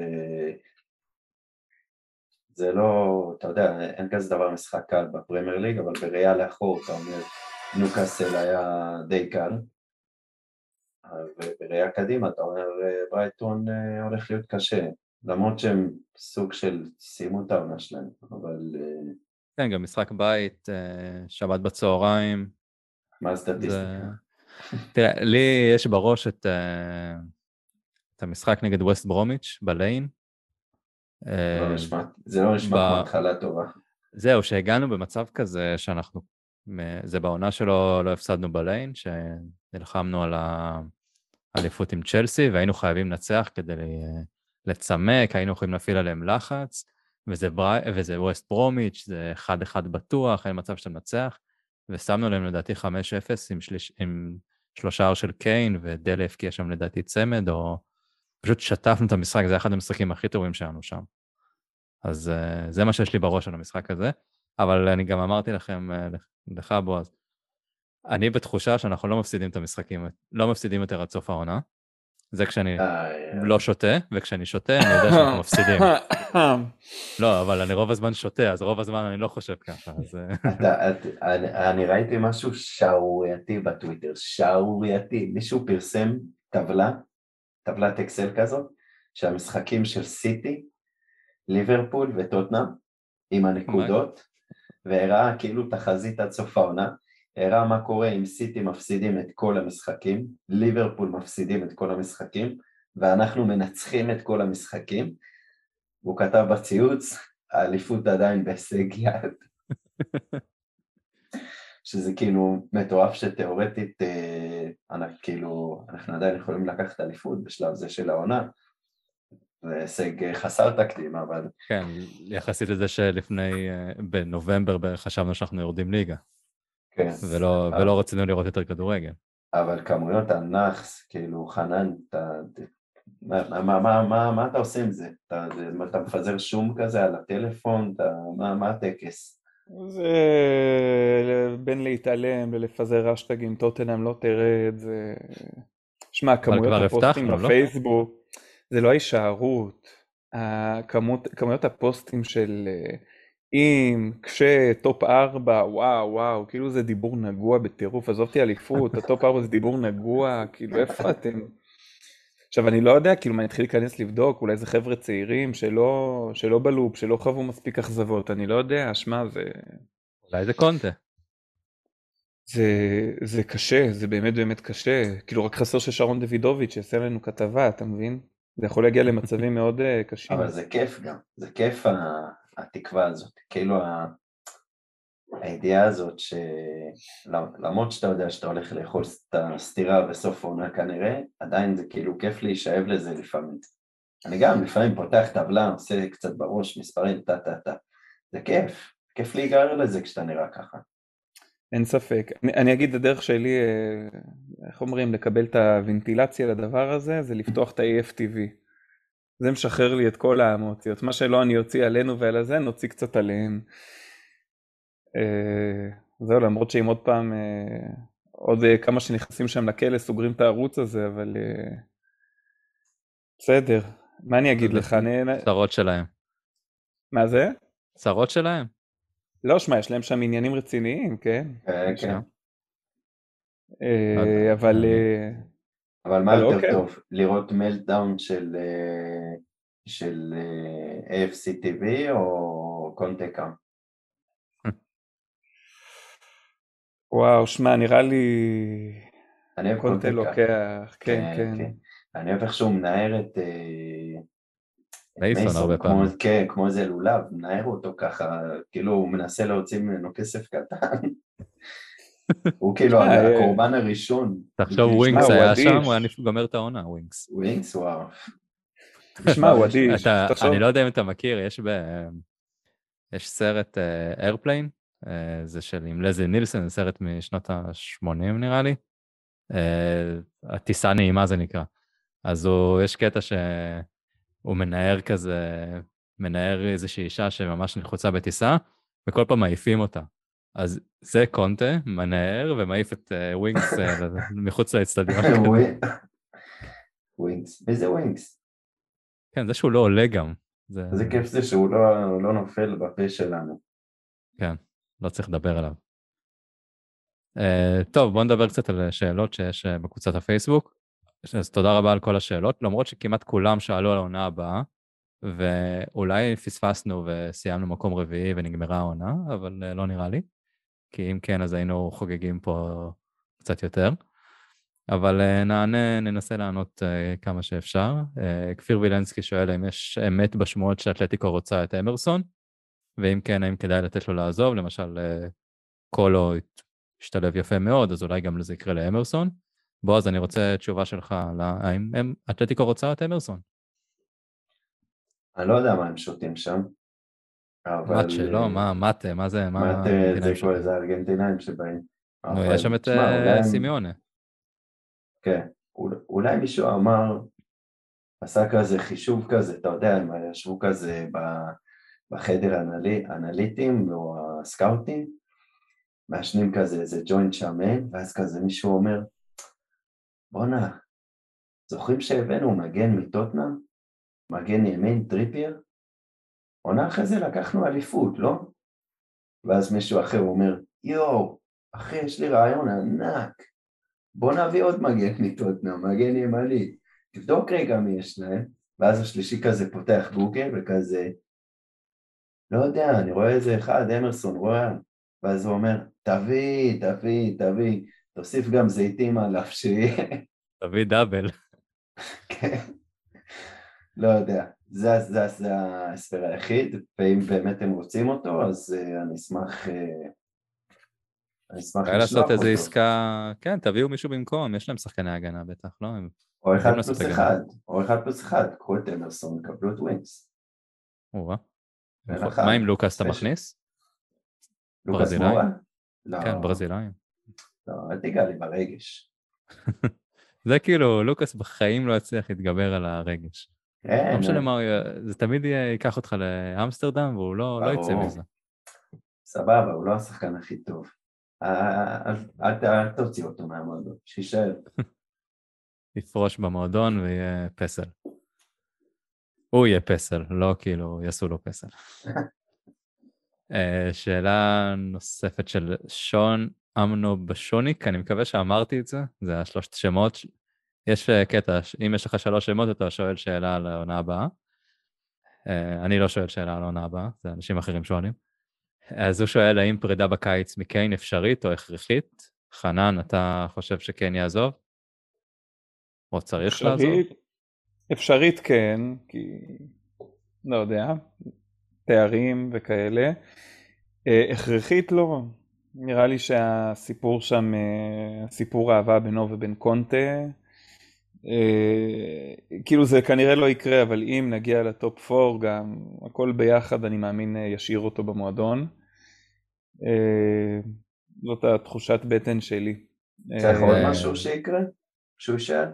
Speaker 2: זה לא, אתה יודע, אין כזה דבר משחק קל בפרמייר ליג, אבל בראייה לאחור, אתה אומר, ניוקאסל היה די קל, ובראייה קדימה, אתה אומר, ברייטון הולך להיות קשה, למרות שהם סוג של סיימו את העונה שלהם, אבל...
Speaker 1: כן, גם משחק בית, שבת בצהריים.
Speaker 2: מה הסטטיסטיקה?
Speaker 1: תראה, לי יש בראש את המשחק נגד ווסט ברומיץ' בליין.
Speaker 2: זה לא נשמע כמו התחלה טובה.
Speaker 1: זהו, שהגענו במצב כזה שאנחנו, זה בעונה שלו לא הפסדנו בליין, שנלחמנו על האליפות עם צ'לסי, והיינו חייבים לנצח כדי לצמק, היינו יכולים להפעיל עליהם לחץ, וזה ווסט ברומיץ', זה 1-1 בטוח, אין מצב שאתה מנצח, ושמנו להם לדעתי 5-0 עם שלושה של קיין, ודלה הפקיע שם לדעתי צמד, או פשוט שטפנו את המשחק, זה אחד המשחקים הכי טובים שלנו שם. אז זה מה שיש לי בראש על המשחק הזה, אבל אני גם אמרתי לכם, לך בועז, אני בתחושה שאנחנו לא מפסידים את המשחקים, לא מפסידים יותר עד סוף העונה, זה כשאני לא שותה, וכשאני שותה אני יודע שאנחנו מפסידים. לא, אבל אני רוב הזמן שותה, אז רוב הזמן אני לא חושב ככה.
Speaker 2: אני ראיתי משהו שערורייתי בטוויטר, שערורייתי, מישהו פרסם טבלת אקסל כזאת, שהמשחקים של סיטי, ליברפול וטוטנהאם, עם הנקודות, והראה כאילו תחזית עד סוף העונה, הראה מה קורה אם סיטי מפסידים את כל המשחקים, ליברפול מפסידים את כל המשחקים, ואנחנו מנצחים את כל המשחקים, והוא כתב בציוץ, האליפות עדיין בהישג יד. שזה כאילו מטורף שתיאורטית, אנחנו עדיין יכולים לקחת אליפות בשלב זה של העונה, זה הישג חסר תקדים, אבל...
Speaker 1: כן, יחסית לזה שלפני, בנובמבר חשבנו שאנחנו יורדים ליגה. כן. ולא רצינו לראות יותר כדורגל.
Speaker 2: אבל כמויות הנאחס, כאילו חנן, מה אתה עושה עם זה? אתה מפזר שום כזה על הטלפון? מה הטקס?
Speaker 3: זה בין להתעלם ולפזר השטגים, טוטנהאם לא תרד, זה... שמע, כמויות הפוסטים בפייסבוק, זה לא הישארות. כמויות הפוסטים של אם, טופ 4, וואו, כאילו זה דיבור נגוע בטירוף, עזובתי אליפות, הטופ 4 זה דיבור נגוע, כאילו איפה אתם? עכשיו אני לא יודע, כאילו אני אתחיל להיכנס לבדוק, אולי זה חבר'ה צעירים שלא בלופ, שלא חוו מספיק אכזבות, אני לא יודע, שמע זה...
Speaker 1: אולי זה קונטה.
Speaker 3: זה קשה, זה באמת קשה, כאילו רק חסר ששרון דוידוביץ' יעשה לנו כתבה, אתה מבין? זה יכול להגיע למצבים מאוד קשים.
Speaker 2: אבל זה כיף גם, זה כיף התקווה הזאת, כאילו הידיעה הזאת שלמרות שאתה יודע שאתה הולך לאכול את הסתירה בסוף העונה כנראה, עדיין זה כאילו כיף להישאב לזה לפעמים. אני גם לפעמים פותח טבלה, עושה קצת בראש, מספרים, זה כיף להיגרר לזה כשאתה נראה ככה.
Speaker 3: אין ספק. אני אגיד, הדרך שלי, איך אומרים, לקבל את הוונטילציה לדבר הזה, זה לפתוח את ה-AFTV. זה משחרר לי את כל האמוציות. מה שלא אני אוציא עלינו ועל הזה, נוציא קצת עליהם. זהו, למרות שאם עוד פעם, עוד כמה שנכנסים שם לכלא, סוגרים את הערוץ הזה, אבל בסדר. מה אני אגיד לך?
Speaker 1: צרות שלהם.
Speaker 3: מה זה?
Speaker 1: צרות שלהם.
Speaker 3: לא, שמע, יש להם שם עניינים רציניים, כן?
Speaker 2: כן.
Speaker 3: אבל
Speaker 2: מה יותר טוב? לראות מלטדאון של AFC TV או קונטקה?
Speaker 3: וואו, שמע, נראה לי
Speaker 2: אני אוהב
Speaker 3: קונטה
Speaker 2: קונטה
Speaker 3: לוקח, כן,
Speaker 2: כן,
Speaker 3: כן.
Speaker 2: כן. אני אוהב איך שהוא מנער את
Speaker 1: מייסון הרבה
Speaker 2: מייסון, כמו,
Speaker 1: פעמים.
Speaker 2: כן, כמו איזה לולב, מנער אותו ככה, כאילו הוא מנסה להוציא ממנו כסף קטן. הוא כאילו
Speaker 3: שמע,
Speaker 2: הקורבן הראשון.
Speaker 1: תחשוב
Speaker 3: שמע,
Speaker 1: ווינקס
Speaker 3: הוא
Speaker 1: היה שם, הוא היה
Speaker 3: אדיש.
Speaker 1: גומר את העונה, ווינקס.
Speaker 2: ווינקס, וואו.
Speaker 3: שמע,
Speaker 2: כבר
Speaker 3: הוא
Speaker 2: יש לי.
Speaker 3: אדיש.
Speaker 1: אני
Speaker 3: תחשוב,
Speaker 1: לא יודע אם אתה מכיר, יש סרט איירפליין, זה של עם לזלי נילסון, זה סרט משנות ה-80 נראה לי. הטיסה נעימה זה נקרא. אז יש קטע שהוא מנער כזה, מנער איזושהי אישה שממש נחוצה בטיסה, וכל פעם מעיפים אותה. אז זה קונטה, מנער, ומעיף את ווינקס מחוץ לאצטדיון.
Speaker 2: ווינקס. איזה ווינקס?
Speaker 1: כן, זה שהוא לא עולה גם.
Speaker 2: איזה כיף זה שהוא לא נופל בפה שלנו.
Speaker 1: כן, לא צריך לדבר עליו. טוב, בואו נדבר קצת על שאלות שיש בקבוצת הפייסבוק. אז תודה רבה על כל השאלות, למרות שכמעט כולם שאלו על העונה הבאה, ואולי פספסנו וסיימנו מקום רביעי ונגמרה העונה, אבל לא נראה לי, כי אם כן אז היינו חוגגים פה קצת יותר. אבל ננסה לענות כמה שאפשר. כפיר וילנסקי שואל האם יש אמת בשמועות שאתלטיקו רוצה את אמרסון, ואם כן, האם כדאי לתת לו לעזוב, למשל קולו השתלב יפה מאוד, אז אולי גם לזה יקרה לאמרסון. בועז, אני רוצה תשובה שלך, האם אתלטיקו רוצה את אמרסון?
Speaker 2: אני לא יודע מה הם שותים שם, אבל...
Speaker 1: מאט שלא, מאטה, מה זה, מה
Speaker 2: מאטה
Speaker 1: הארגנטינאים
Speaker 2: זה כל
Speaker 1: שותים?
Speaker 2: איזה ארגנטינאים שבאים.
Speaker 1: נו,
Speaker 2: אבל
Speaker 1: יש שם את
Speaker 2: תשמע, אולי...
Speaker 1: סימיונה.
Speaker 2: כן, אולי מישהו אמר, עשה כזה חישוב כזה, אתה יודע, הם ישבו כזה בחדר אנליטים או הסקאוטים, מעשנים כזה איזה ג'וינט שמן, ואז כזה מישהו אומר, בוא'נה, זוכרים שהבאנו מגן מטוטנהאם? מגן ימין טריפייר? עונה אחרי זה לקחנו אליפות, לא? ואז מישהו אחר אומר, יואו, אחי, יש לי רעיון ענק, בוא נביא עוד מגן מטוטנהאם, מגן ימני, תבדוק רגע מי יש להם, ואז השלישי כזה פותח גוגל וכזה, לא יודע, אני רואה איזה אחד, אמרסון רויאל, ואז הוא אומר, תביא, תוסיף גם זיתים עליו שיהיה.
Speaker 1: תביא דאבל.
Speaker 2: כן, לא יודע, זה ההסבר היחיד, ואם באמת הם רוצים אותו, אז אני אשמח
Speaker 1: אולי
Speaker 2: לשלוח
Speaker 1: לעשות איזו
Speaker 2: אותו.
Speaker 1: עסקה, כן, תביאו מישהו במקום, יש להם שחקני הגנה בטח, לא? הם
Speaker 2: או
Speaker 1: יודעים
Speaker 2: אחד
Speaker 1: לעשות
Speaker 2: פלוס
Speaker 1: הגנה.
Speaker 2: אחד, או אחד פלוס אחד, קחו את אמרסון, קבלו את ווינקס.
Speaker 1: מה עם לוקאס אתה מכניס?
Speaker 2: לוקאס
Speaker 1: ברזילאי?
Speaker 2: מורה? לא,
Speaker 1: כן, ברזילאי.
Speaker 2: לא, אל תיגע לי ברגש.
Speaker 1: זה כאילו, לוקאס בחיים לא יצליח להתגבר על הרגש. לא משנה מה, זה תמיד ייקח אותך לאמסטרדם, והוא לא יצא מזה.
Speaker 2: סבבה, הוא לא השחקן הכי טוב. אל תוציא אותו מהמועדון, שישאר.
Speaker 1: יפרוש במועדון ויהיה פסל. הוא יהיה פסל, לא כאילו יעשו לו פסל. שאלה נוספת של שון אמנו בשוניק, אני מקווה שאמרתי את זה, זה השלושת שמות. יש קטע, אם יש לך 3 שמות אתה שואל שאלה על העונה הבאה. אני לא שואל שאלה על העונה הבאה, זה אנשים אחרים שואלים. אז הוא שואל האם פרידה בקיץ מקיין אפשרית או הכרחית? חנן, אתה חושב שקיין יעזוב? או צריך לעזוב?
Speaker 3: אפשרית כן, כי לא יודע, תארים וכאלה. הכרחית לא. נראה לי שהסיפור שם, סיפור האהבה בינו ובין קונטה, כאילו זה כנראה לא יקרה, אבל אם נגיע לטופ 4 גם הכל ביחד אני מאמין ישאיר אותו במועדון. זאת התחושת בטן שלי.
Speaker 2: צריך עוד משהו שיקרה? שהוא יישאר?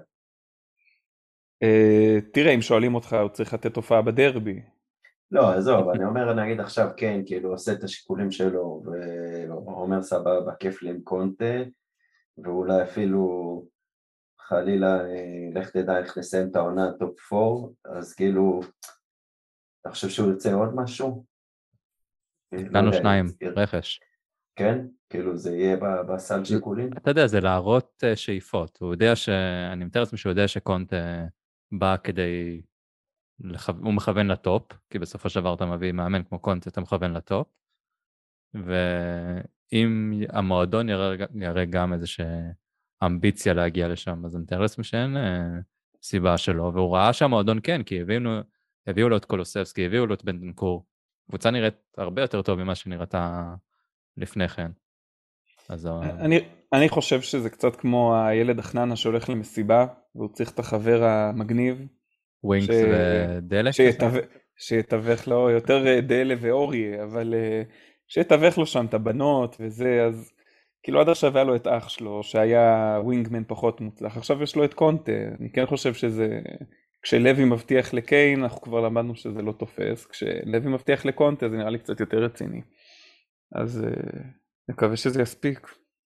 Speaker 3: תראה, אם שואלים אותך הוא צריך לתת הופעה בדרבי.
Speaker 2: לא, עזוב, אני אומר נגיד עכשיו כן, כאילו עושה את השיקולים שלו ואומר סבבה, כיף לי עם קונטה, ואולי אפילו חלילה לך תדע איך נסיים את העונה טופ 4, אז כאילו אתה חושב שהוא יוצא עוד משהו?
Speaker 1: קנו 2, רכש.
Speaker 2: כן? כאילו זה יהיה בסל שיקולים?
Speaker 1: אתה יודע, זה להראות שאיפות. הוא יודע אני מתאר לעצמי שהוא יודע שקונט בא כדי, הוא מכוון לטופ, כי בסופו של דבר אתה מביא מאמן כמו קונט, אתה מכוון לטופ, אם המועדון יראה גם איזושהי אמביציה להגיע לשם, אז אני מתאר לעצמי שאין סיבה שלו, והוא ראה שהמועדון כן, כי הביאו לו את קולוסבסקי, הביאו לו את בנטנקור, קבוצה נראית הרבה יותר טוב ממה שנראתה לפני כן. אז
Speaker 3: אני חושב שזה קצת כמו הילד החננה שהולך למסיבה, והוא צריך את החבר המגניב.
Speaker 1: ווינקס ודלק?
Speaker 3: שיתווך לו יותר דלה ואורי, אבל שיתווך לו שם את הבנות וזה, אז כאילו עד עכשיו היה לו את אח שלו, שהיה ווינגמן פחות מוצלח, עכשיו יש לו את קונטה. אני כן חושב שזה, כשלוי מבטיח לקיין, אנחנו כבר למדנו שזה לא תופס, כשלוי מבטיח לקונטה זה נראה לי קצת יותר רציני. אז נקווה שזה יספיק.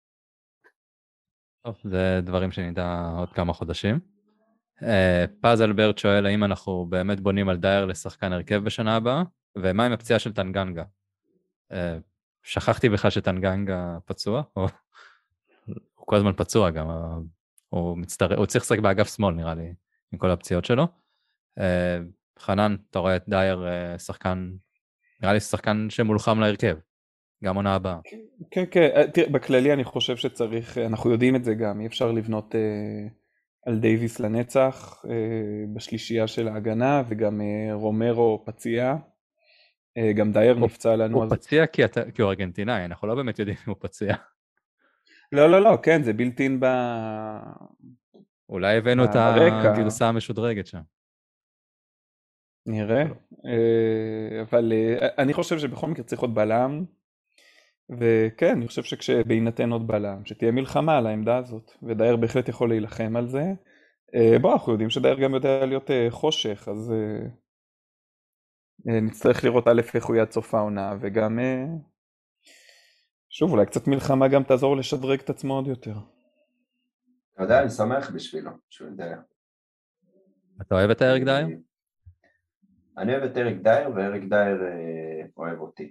Speaker 1: טוב, זה דברים שנדע עוד כמה חודשים. פז אלברט שואל האם אנחנו באמת בונים על דייר לשחקן הרכב בשנה הבאה, ומה עם הפציעה של טנגנגה? שכחתי בכלל שטנגנגה פצוע, הוא כל הזמן פצוע גם, הוא צריך לשחק באגף שמאל נראה לי, עם כל הפציעות שלו. חנן, אתה רואה את דייר שחקן, נראה לי שחקן שמולחם להרכב, גם עונה הבאה.
Speaker 3: כן, כן, תראה, בכללי אני חושב שצריך, אנחנו יודעים את זה גם, אי אפשר לבנות על דייביס לנצח בשלישייה של ההגנה, וגם רומרו פציע, גם דייר נפצע לנו.
Speaker 1: הוא פציע כי הוא ארגנטינאי, אנחנו לא באמת יודעים אם הוא פציע.
Speaker 3: לא, כן, זה בילטין
Speaker 1: אולי הבאנו את הגרסה המשודרגת שם.
Speaker 3: נראה, אבל אני חושב שבכל מקרה צריך עוד בלם, וכן, אני חושב שכשבהינתן עוד בלם, שתהיה מלחמה על העמדה הזאת, ודייר בהחלט יכול להילחם על זה. בוא, אנחנו יודעים שדייר גם יודע להיות חושך, אז נצטרך לראות א' איך הוא יד סוף העונה, וגם, שוב, אולי קצת מלחמה גם תעזור לשדרג את עצמו עוד יותר.
Speaker 2: אתה יודע, אני שמח בשבילו, שהוא יודע.
Speaker 1: אתה אוהב את אריק דייר?
Speaker 2: אני אוהב את אריק דייר, ואריק דייר אוהב אותי.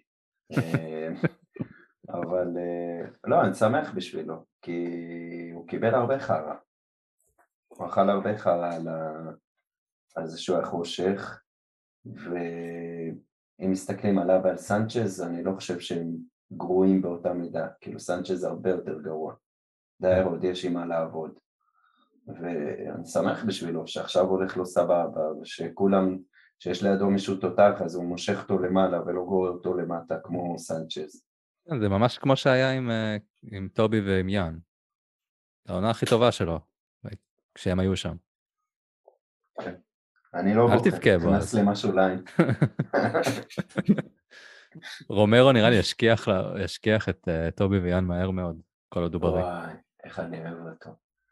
Speaker 2: אבל לא, אני שמח בשבילו, כי הוא קיבל הרבה חרא. הוא אכל הרבה חרא על זה שהוא היה חושך, ואם מסתכלים עליו ועל סנצ'ז, אני לא חושב שהם גרועים באותה מידה, כאילו סנצ'ז הרבה יותר גרוע. דייר עוד יש עם מה לעבוד. ואני שמח בשבילו שעכשיו הולך לו סבבה, ושכולם, שיש לידו מישהו תותח, אז הוא מושך אותו למעלה ולא גורר אותו למטה כמו סנצ'ז.
Speaker 1: זה ממש כמו שהיה עם טובי ועם יאן. העונה הכי טובה שלו, כשהם היו שם.
Speaker 2: אני לא
Speaker 1: אל תבכה בו.
Speaker 2: תכנס למשהו ליין.
Speaker 1: רומרו נראה לי ישכיח את טובי ויאן מהר מאוד, כל עוד הוא בריא.
Speaker 2: וואי, איך אני אוהב אותו.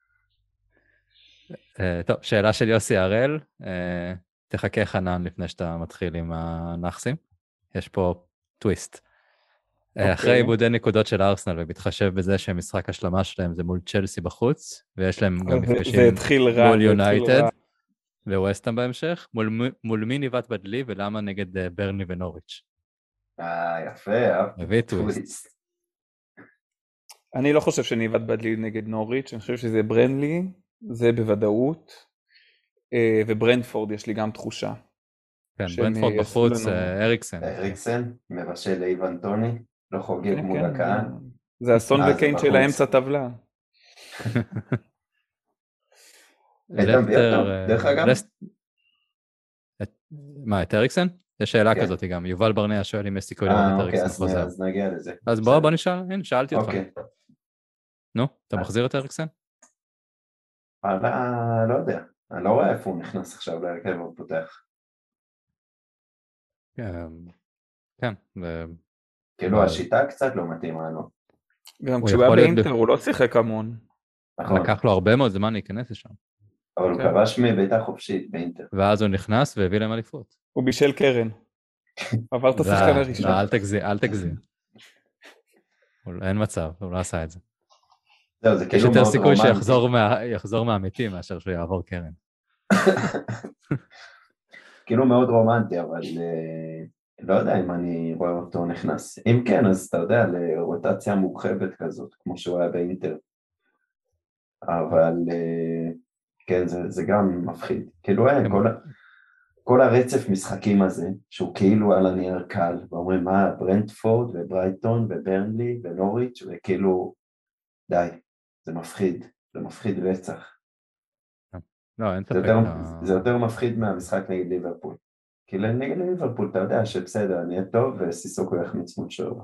Speaker 1: טוב, שאלה של יוסי הראל, תחכה חנן לפני שאתה מתחיל עם הנחסים. יש פה טוויסט. אחרי עיבודי נקודות של ארסנל, ובהתחשב בזה שהמשחק השלמה שלהם זה מול צ'לסי בחוץ, ויש להם גם מפגשים מול יונייטד וווסטהאם בהמשך, מול מי ניבט בדלי ולמה נגד ברני ונוריץ'.
Speaker 2: יפה,
Speaker 1: הביא טוויסט.
Speaker 3: אני לא חושב שניבט בדלי נגד נוריץ', אני חושב שזה ברנלי, זה בוודאות, וברנדפורד יש לי גם תחושה.
Speaker 1: כן, ברנדפורד בחוץ, אריקסן.
Speaker 2: אריקסן, מבשל לאיוון טוני, לא חוגג מול הקהל.
Speaker 3: זה אסון וקיין של האמצע טבלה.
Speaker 2: דרך אגב?
Speaker 1: מה, את אריקסן? יש שאלה כזאת גם, יובל ברנע שואל אם יש סיכוי לראות את אריקסן חוזר.
Speaker 2: אז נגיע לזה.
Speaker 1: אז בוא נשאל, הנה, שאלתי אותך. נו, אתה מחזיר את אריקסן?
Speaker 2: לא יודע, אני לא רואה איפה הוא נכנס עכשיו להרכב הוא פותח.
Speaker 1: כן.
Speaker 2: כאילו השיטה קצת לא מתאימה לו.
Speaker 3: גם כשהוא היה באינטר הוא לא שיחק המון.
Speaker 1: לקח לו הרבה מאוד זמן להיכנס לשם.
Speaker 2: אבל הוא כבש מביתה חופשית באינטר.
Speaker 1: ואז הוא נכנס והביא להם אליפות.
Speaker 3: הוא בישל קרן. עבר את השחקן הראשון.
Speaker 1: אל תגזים. אין מצב, הוא לא עשה את זה.
Speaker 2: יש
Speaker 1: יותר סיכוי שיחזור מהמתים מאשר שהוא יעבור קרן.
Speaker 2: כאילו מאוד רומנטי, אבל לא יודע אם אני רואה אותו נכנס. אם כן, אז אתה יודע, לרוטציה מורחבת כזאת, כמו שהוא היה באינטר. אבל כן, זה גם מפחיד. כאילו כל הרצף משחקים הזה, שהוא כאילו על הנייר קל, ואומרים מה, ברנטפורד וברייטון וברנלי ונוריץ' וכאילו, די, זה מפחיד רצח.
Speaker 1: לא, אין
Speaker 2: זה
Speaker 1: ספק.
Speaker 2: יותר מפחיד מהמשחק נגד ליברפול. כי נגד ליברפול אתה יודע שבסדר, אני אהיה טוב וסיסוקו יחמיץ מול שוער.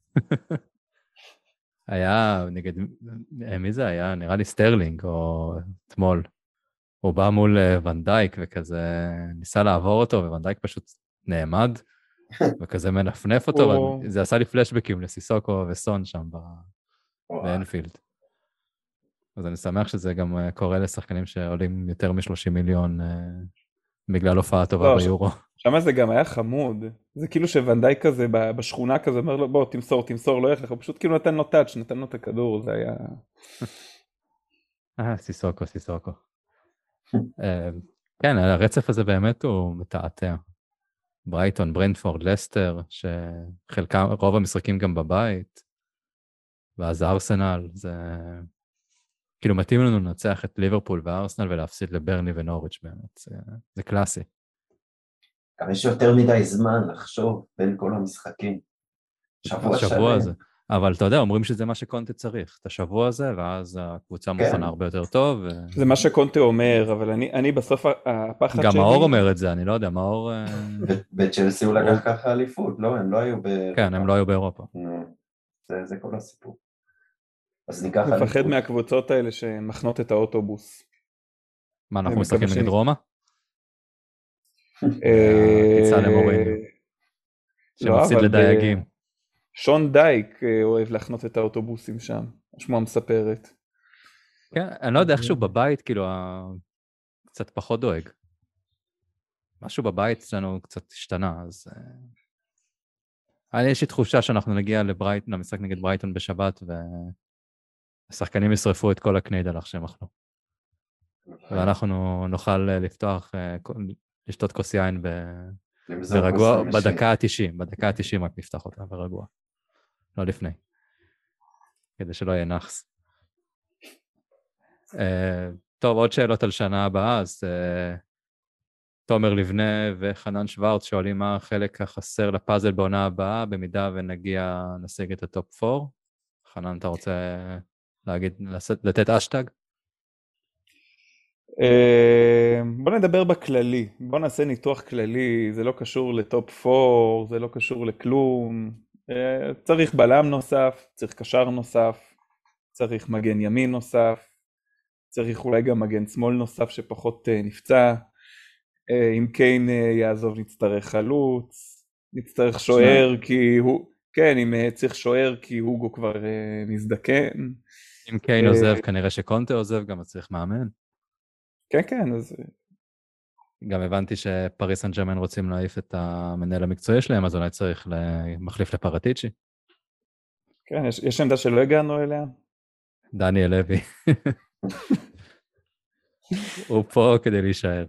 Speaker 1: היה נגד, מי זה היה? נראה לי סטרלינג או אתמול. הוא בא מול ונדייק וכזה ניסה לעבור אותו, וונדייק פשוט נעמד, וכזה מנפנף אותו, וזה עשה לי פלשבקים לסיסוקו וסון שם באנפילד. אז אני שמח שזה גם קורה לשחקנים שעולים יותר מ-30 מיליון בגלל הופעה טובה ביורו.
Speaker 3: שם זה גם היה חמוד, זה כאילו שוונדייק כזה בשכונה כזה אומר לו בוא תמסור, לא ילך לך, הוא פשוט כאילו נתן לו טאץ', נתן לו את הכדור, זה היה...
Speaker 1: סיסוקו. כן, הרצף הזה באמת הוא מתעתע. ברייטון, ברנטפורד, לסטר, שחלקם, רוב המשחקים גם בבית, ואז ארסנל, זה... כאילו מתאים לנו לנצח את ליברפול וארסנל ולהפסיד לברני ונוריץ' באמת, זה קלאסי.
Speaker 2: גם יש יותר מדי זמן לחשוב בין כל המשחקים.
Speaker 1: שבוע הזה. אבל אתה יודע, אומרים שזה מה שקונטה צריך, את השבוע הזה, ואז הקבוצה מוכנה הרבה יותר טוב.
Speaker 3: זה מה שקונטה אומר, אבל אני בסוף הפחד שלי...
Speaker 1: גם מאור אומר את זה, אני לא יודע, מאור...
Speaker 2: בצ'לסי הוא לקח ככה אליפות, לא? הם לא היו באירופה.
Speaker 1: כן, הם לא היו באירופה.
Speaker 2: זה כל הסיפור. אז ניקח אליפות.
Speaker 3: מפחד מהקבוצות האלה שמחנות את האוטובוס.
Speaker 1: מה, אנחנו משחקים נגד רומא?
Speaker 3: קיצה
Speaker 1: למוריניו. שמפסיד לדייגים.
Speaker 3: שון דייק אוהב להחנות את האוטובוסים שם, שמו המספרת.
Speaker 1: כן, אני לא יודע איכשהו בבית, כאילו, קצת פחות דואג. משהו בבית אצלנו קצת השתנה, אז... יש לי תחושה שאנחנו נגיע למשחק נגד ברייטון בשבת, והשחקנים ישרפו את כל הקניידלח שהם אכלו. ואנחנו נוכל לפתוח, לשתות כוס יין ברגוע, בדקה ה-90 רק נפתח אותה ברגוע. לא לפני. כדי שלא יהיה נחס. טוב, עוד שאלות על שנה הבאה, אז תומר לבנה וחנן שוורץ שואלים מה החלק החסר לפאזל בעונה הבאה, במידה ונגיע נשיג את הטופ 4. חנן, אתה רוצה לתת אשטג?
Speaker 3: בוא נדבר בכללי, בוא נעשה ניתוח כללי, זה לא קשור לטופ 4, זה לא קשור לכלום, צריך בלם נוסף, צריך קשר נוסף, צריך מגן ימין נוסף, צריך אולי גם מגן שמאל נוסף שפחות נפצע, אם קיין יעזוב נצטרך חלוץ, נצטרך שוער כי הוא, כן, אם צריך שוער כי הוגו כבר מזדקן.
Speaker 1: אם קיין עוזב, כנראה שקונטה עוזב, גם צריך מאמן.
Speaker 3: כן, אז...
Speaker 1: גם הבנתי שפריס סן ז'רמן רוצים להעיף את המנהל המקצועי שלהם, אז אולי צריך מחליף לפרטיצ'י.
Speaker 3: כן, יש עמדה שלא הגענו אליה.
Speaker 1: דניאל לוי. הוא פה כדי להישאר.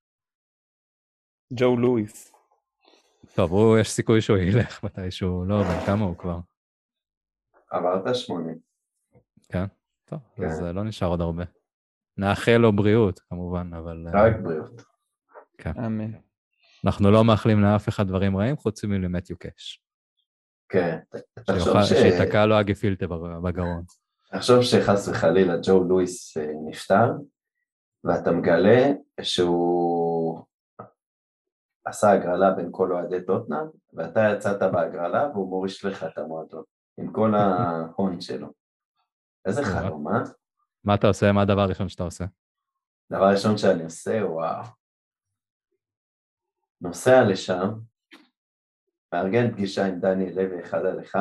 Speaker 3: ג'ו לואיס.
Speaker 1: טוב, יש סיכוי שהוא ילך מתישהו, לא יודע כמה הוא כבר.
Speaker 2: עברת 8.
Speaker 1: כן, טוב, אז לא נשאר עוד הרבה. נאחל לו בריאות, כמובן, אבל...
Speaker 2: רק בריאות.
Speaker 1: כן.
Speaker 3: אמן.
Speaker 1: אנחנו לא מאחלים לאף אחד דברים רעים, חוץ מלמתיו קאש.
Speaker 2: כן.
Speaker 1: שיתקע לו הגפילטה בגרון.
Speaker 2: תחשוב שחס וחלילה ג'ו לואיס נפטר, ואתה מגלה שהוא עשה הגרלה בין כל אוהדי טוטנהאם, ואתה יצאת בהגרלה והוא מוריש לך את המועדון, עם כל ההון שלו. איזה חלום, אה?
Speaker 1: מה אתה עושה? מה הדבר הראשון שאתה עושה?
Speaker 2: דבר ראשון שאני עושה, וואו. נוסע לשם, מארגן פגישה עם דניאל לוי 1-1,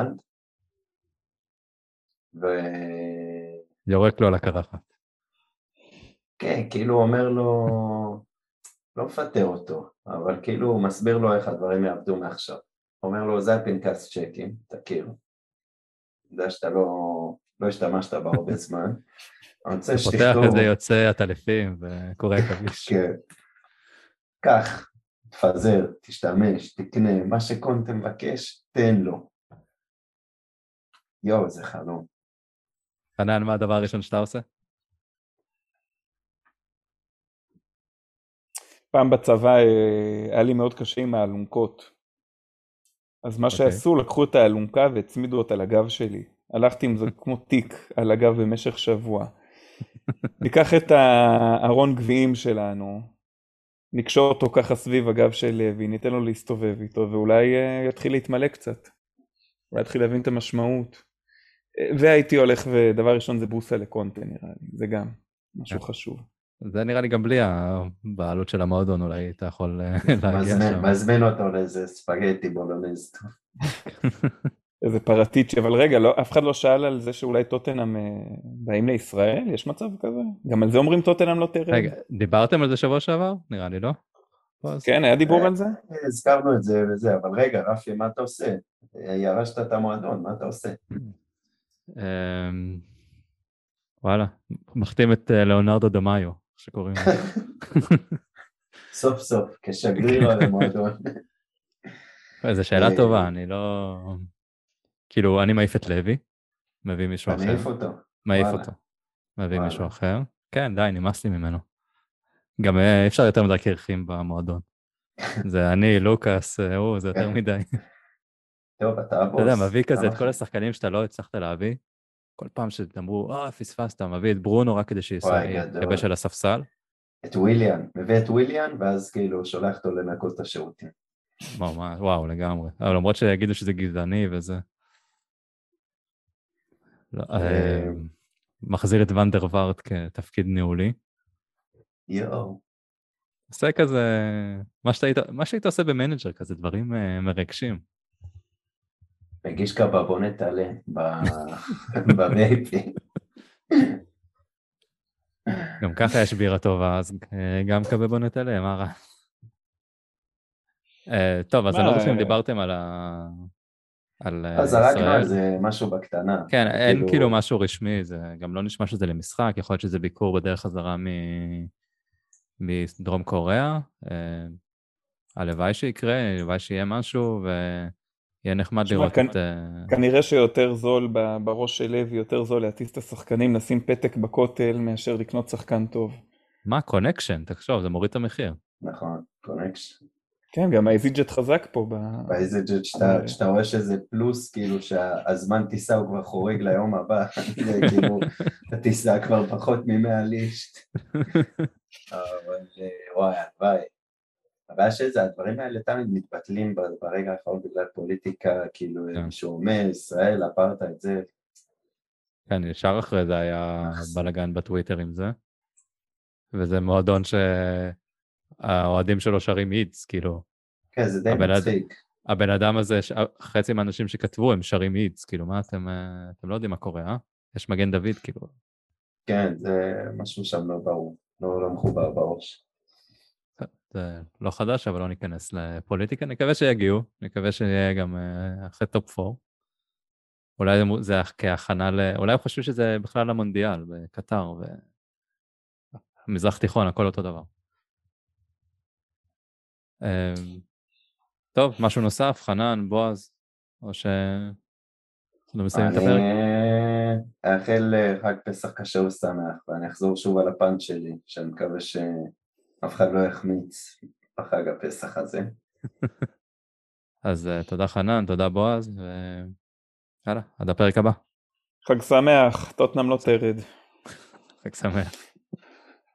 Speaker 1: יורק לו לקרחת.
Speaker 2: כן, כאילו הוא אומר לו, לא מפטר אותו, אבל כאילו הוא מסביר לו איך הדברים יעבדו מעכשיו. הוא אומר לו, זה הפנקס צ'קים, תכיר. יודע שאתה לא השתמשת בה הרבה זמן.
Speaker 1: אתה פותח את זה, יוצא הטלפים וקורא כביש.
Speaker 2: כן. כך, תפזר, תשתמש, תקנה, מה שקונטה מבקש, תן לו. יואו, זה חלום.
Speaker 1: חנן, מה הדבר הראשון שאתה עושה?
Speaker 3: פעם בצבא היה לי מאוד קשה עם האלונקות. אז מה שעשו, לקחו את האלונקה והצמידו אותה לגב שלי. הלכתי עם זה כמו תיק על הגב במשך שבוע. ניקח את הארון גביעים שלנו, נקשור אותו ככה סביב הגב של לוי, ניתן לו להסתובב איתו, ואולי יתחיל להתמלא קצת. אולי יתחיל להבין את המשמעות. והייתי הולך, ודבר ראשון זה בוסה לקונטה נראה לי, זה גם משהו חשוב.
Speaker 1: זה נראה לי גם בלי הבעלות של המועדון, אולי אתה יכול להגיע שם.
Speaker 2: מזמין אותו לאיזה ספגטי בולונז.
Speaker 3: איזה פרטיצ'י, אבל רגע, אף אחד לא שאל על זה שאולי טוטנהאם באים לישראל? יש מצב כזה? גם על זה אומרים טוטנהאם לא תרד?
Speaker 1: רגע, דיברתם על זה שבוע שעבר? נראה לי, לא?
Speaker 3: כן, היה דיבור על זה?
Speaker 2: הזכרנו את זה וזה, אבל רגע, רפי, מה אתה עושה? ירשת את המועדון, מה אתה עושה?
Speaker 1: וואלה, מחתים את ליאונרדו דמאיו, שקוראים לו.
Speaker 2: סוף סוף, כשגריר על המועדון.
Speaker 1: זו שאלה טובה, אני לא... כאילו, אני מעיף את לוי, מביא מישהו אחר.
Speaker 2: מעיף אותו.
Speaker 1: מעיף אותו. מביא מישהו אחר. כן, די, נמאס לי ממנו. גם אפשר יותר מדי קרחים במועדון. זה אני, לוקאס, זה יותר מדי.
Speaker 2: טוב, אתה הבוס.
Speaker 1: אתה יודע, מביא כזה את כל השחקנים שאתה לא הצלחת להביא. כל פעם שאמרו, פספסת, מביא את ברונו רק כדי שיתייבש על הספסל.
Speaker 2: את וויליאן, מביא את וויליאן, ואז כאילו שולח אותו לנקות את השירותים.
Speaker 1: וואו, לגמרי. אבל למרות שיגידו שזה גזעני וזה. מחזיר את ונדר וארט כתפקיד ניהולי.
Speaker 2: יואו.
Speaker 1: עושה כזה, מה שהיית עושה במנג'ר, כזה דברים מרגשים.
Speaker 2: מגיש קבבונת עלה בבייפי.
Speaker 1: גם ככה יש בירה טובה, אז גם קבבונת עלה, מה רע? טוב, אז אני לא יודע אם דיברתם על
Speaker 2: אז זרקנו על זה משהו בקטנה.
Speaker 1: כן, אין כאילו משהו רשמי, זה גם לא נשמע שזה למשחק, יכול להיות שזה ביקור בדרך חזרה מדרום קוריאה, הלוואי שיקרה, הלוואי שיהיה משהו, ויהיה נחמד לראות את...
Speaker 3: כנראה שיותר זול בראש של לוי, יותר זול להטיס את השחקנים, לשים פתק בכותל, מאשר לקנות שחקן טוב.
Speaker 1: מה? קונקשן, תחשוב, זה מוריד את המחיר.
Speaker 2: נכון, קונקשן.
Speaker 3: כן, גם האיזיג'ט חזק פה.
Speaker 2: באיזיג'ט, שאתה רואה שזה פלוס, כאילו שהזמן טיסה הוא כבר חורג ליום הבא, כאילו, הטיסה כבר פחות מ100 לישט. אבל וואי, הלוואי. הבעיה שזה, הדברים האלה תמיד מתבטלים ברגע האחרון בגלל פוליטיקה, כאילו מישהו אומר, ישראל, אפרטהייד, זה.
Speaker 1: כן, ישר אחרי זה היה בלגן בטוויטר עם זה, וזה מועדון שהאוהדים שלו שרים אידס, כאילו.
Speaker 2: כן, זה די מצחיק.
Speaker 1: הבן אדם הזה, חצי מהאנשים שכתבו הם שרים אידס, כאילו מה אתם לא יודעים מה קורה, יש מגן דוד, כאילו.
Speaker 2: כן, זה משהו שם לא ברור, לא מחובר בראש.
Speaker 1: זה לא חדש, אבל לא ניכנס לפוליטיקה, נקווה שיגיעו, נקווה שיהיה גם אחרי טופ 4. אולי זה כהכנה, אולי חושבים שזה בכלל למונדיאל, בקטר, ומזרח תיכון, הכל אותו דבר. טוב, משהו נוסף, חנן, בועז, או שאנחנו מסיימים את הפרק?
Speaker 2: אני אאחל חג פסח קשה ושמח, ואני אחזור שוב על הפאנץ' שלי, שאני מקווה שאף אחד לא יחמיץ בחג הפסח הזה.
Speaker 1: אז תודה חנן, תודה בועז, ויאללה, עד הפרק הבא.
Speaker 3: חג שמח, טוטנהאם לא תרד.
Speaker 1: חג שמח.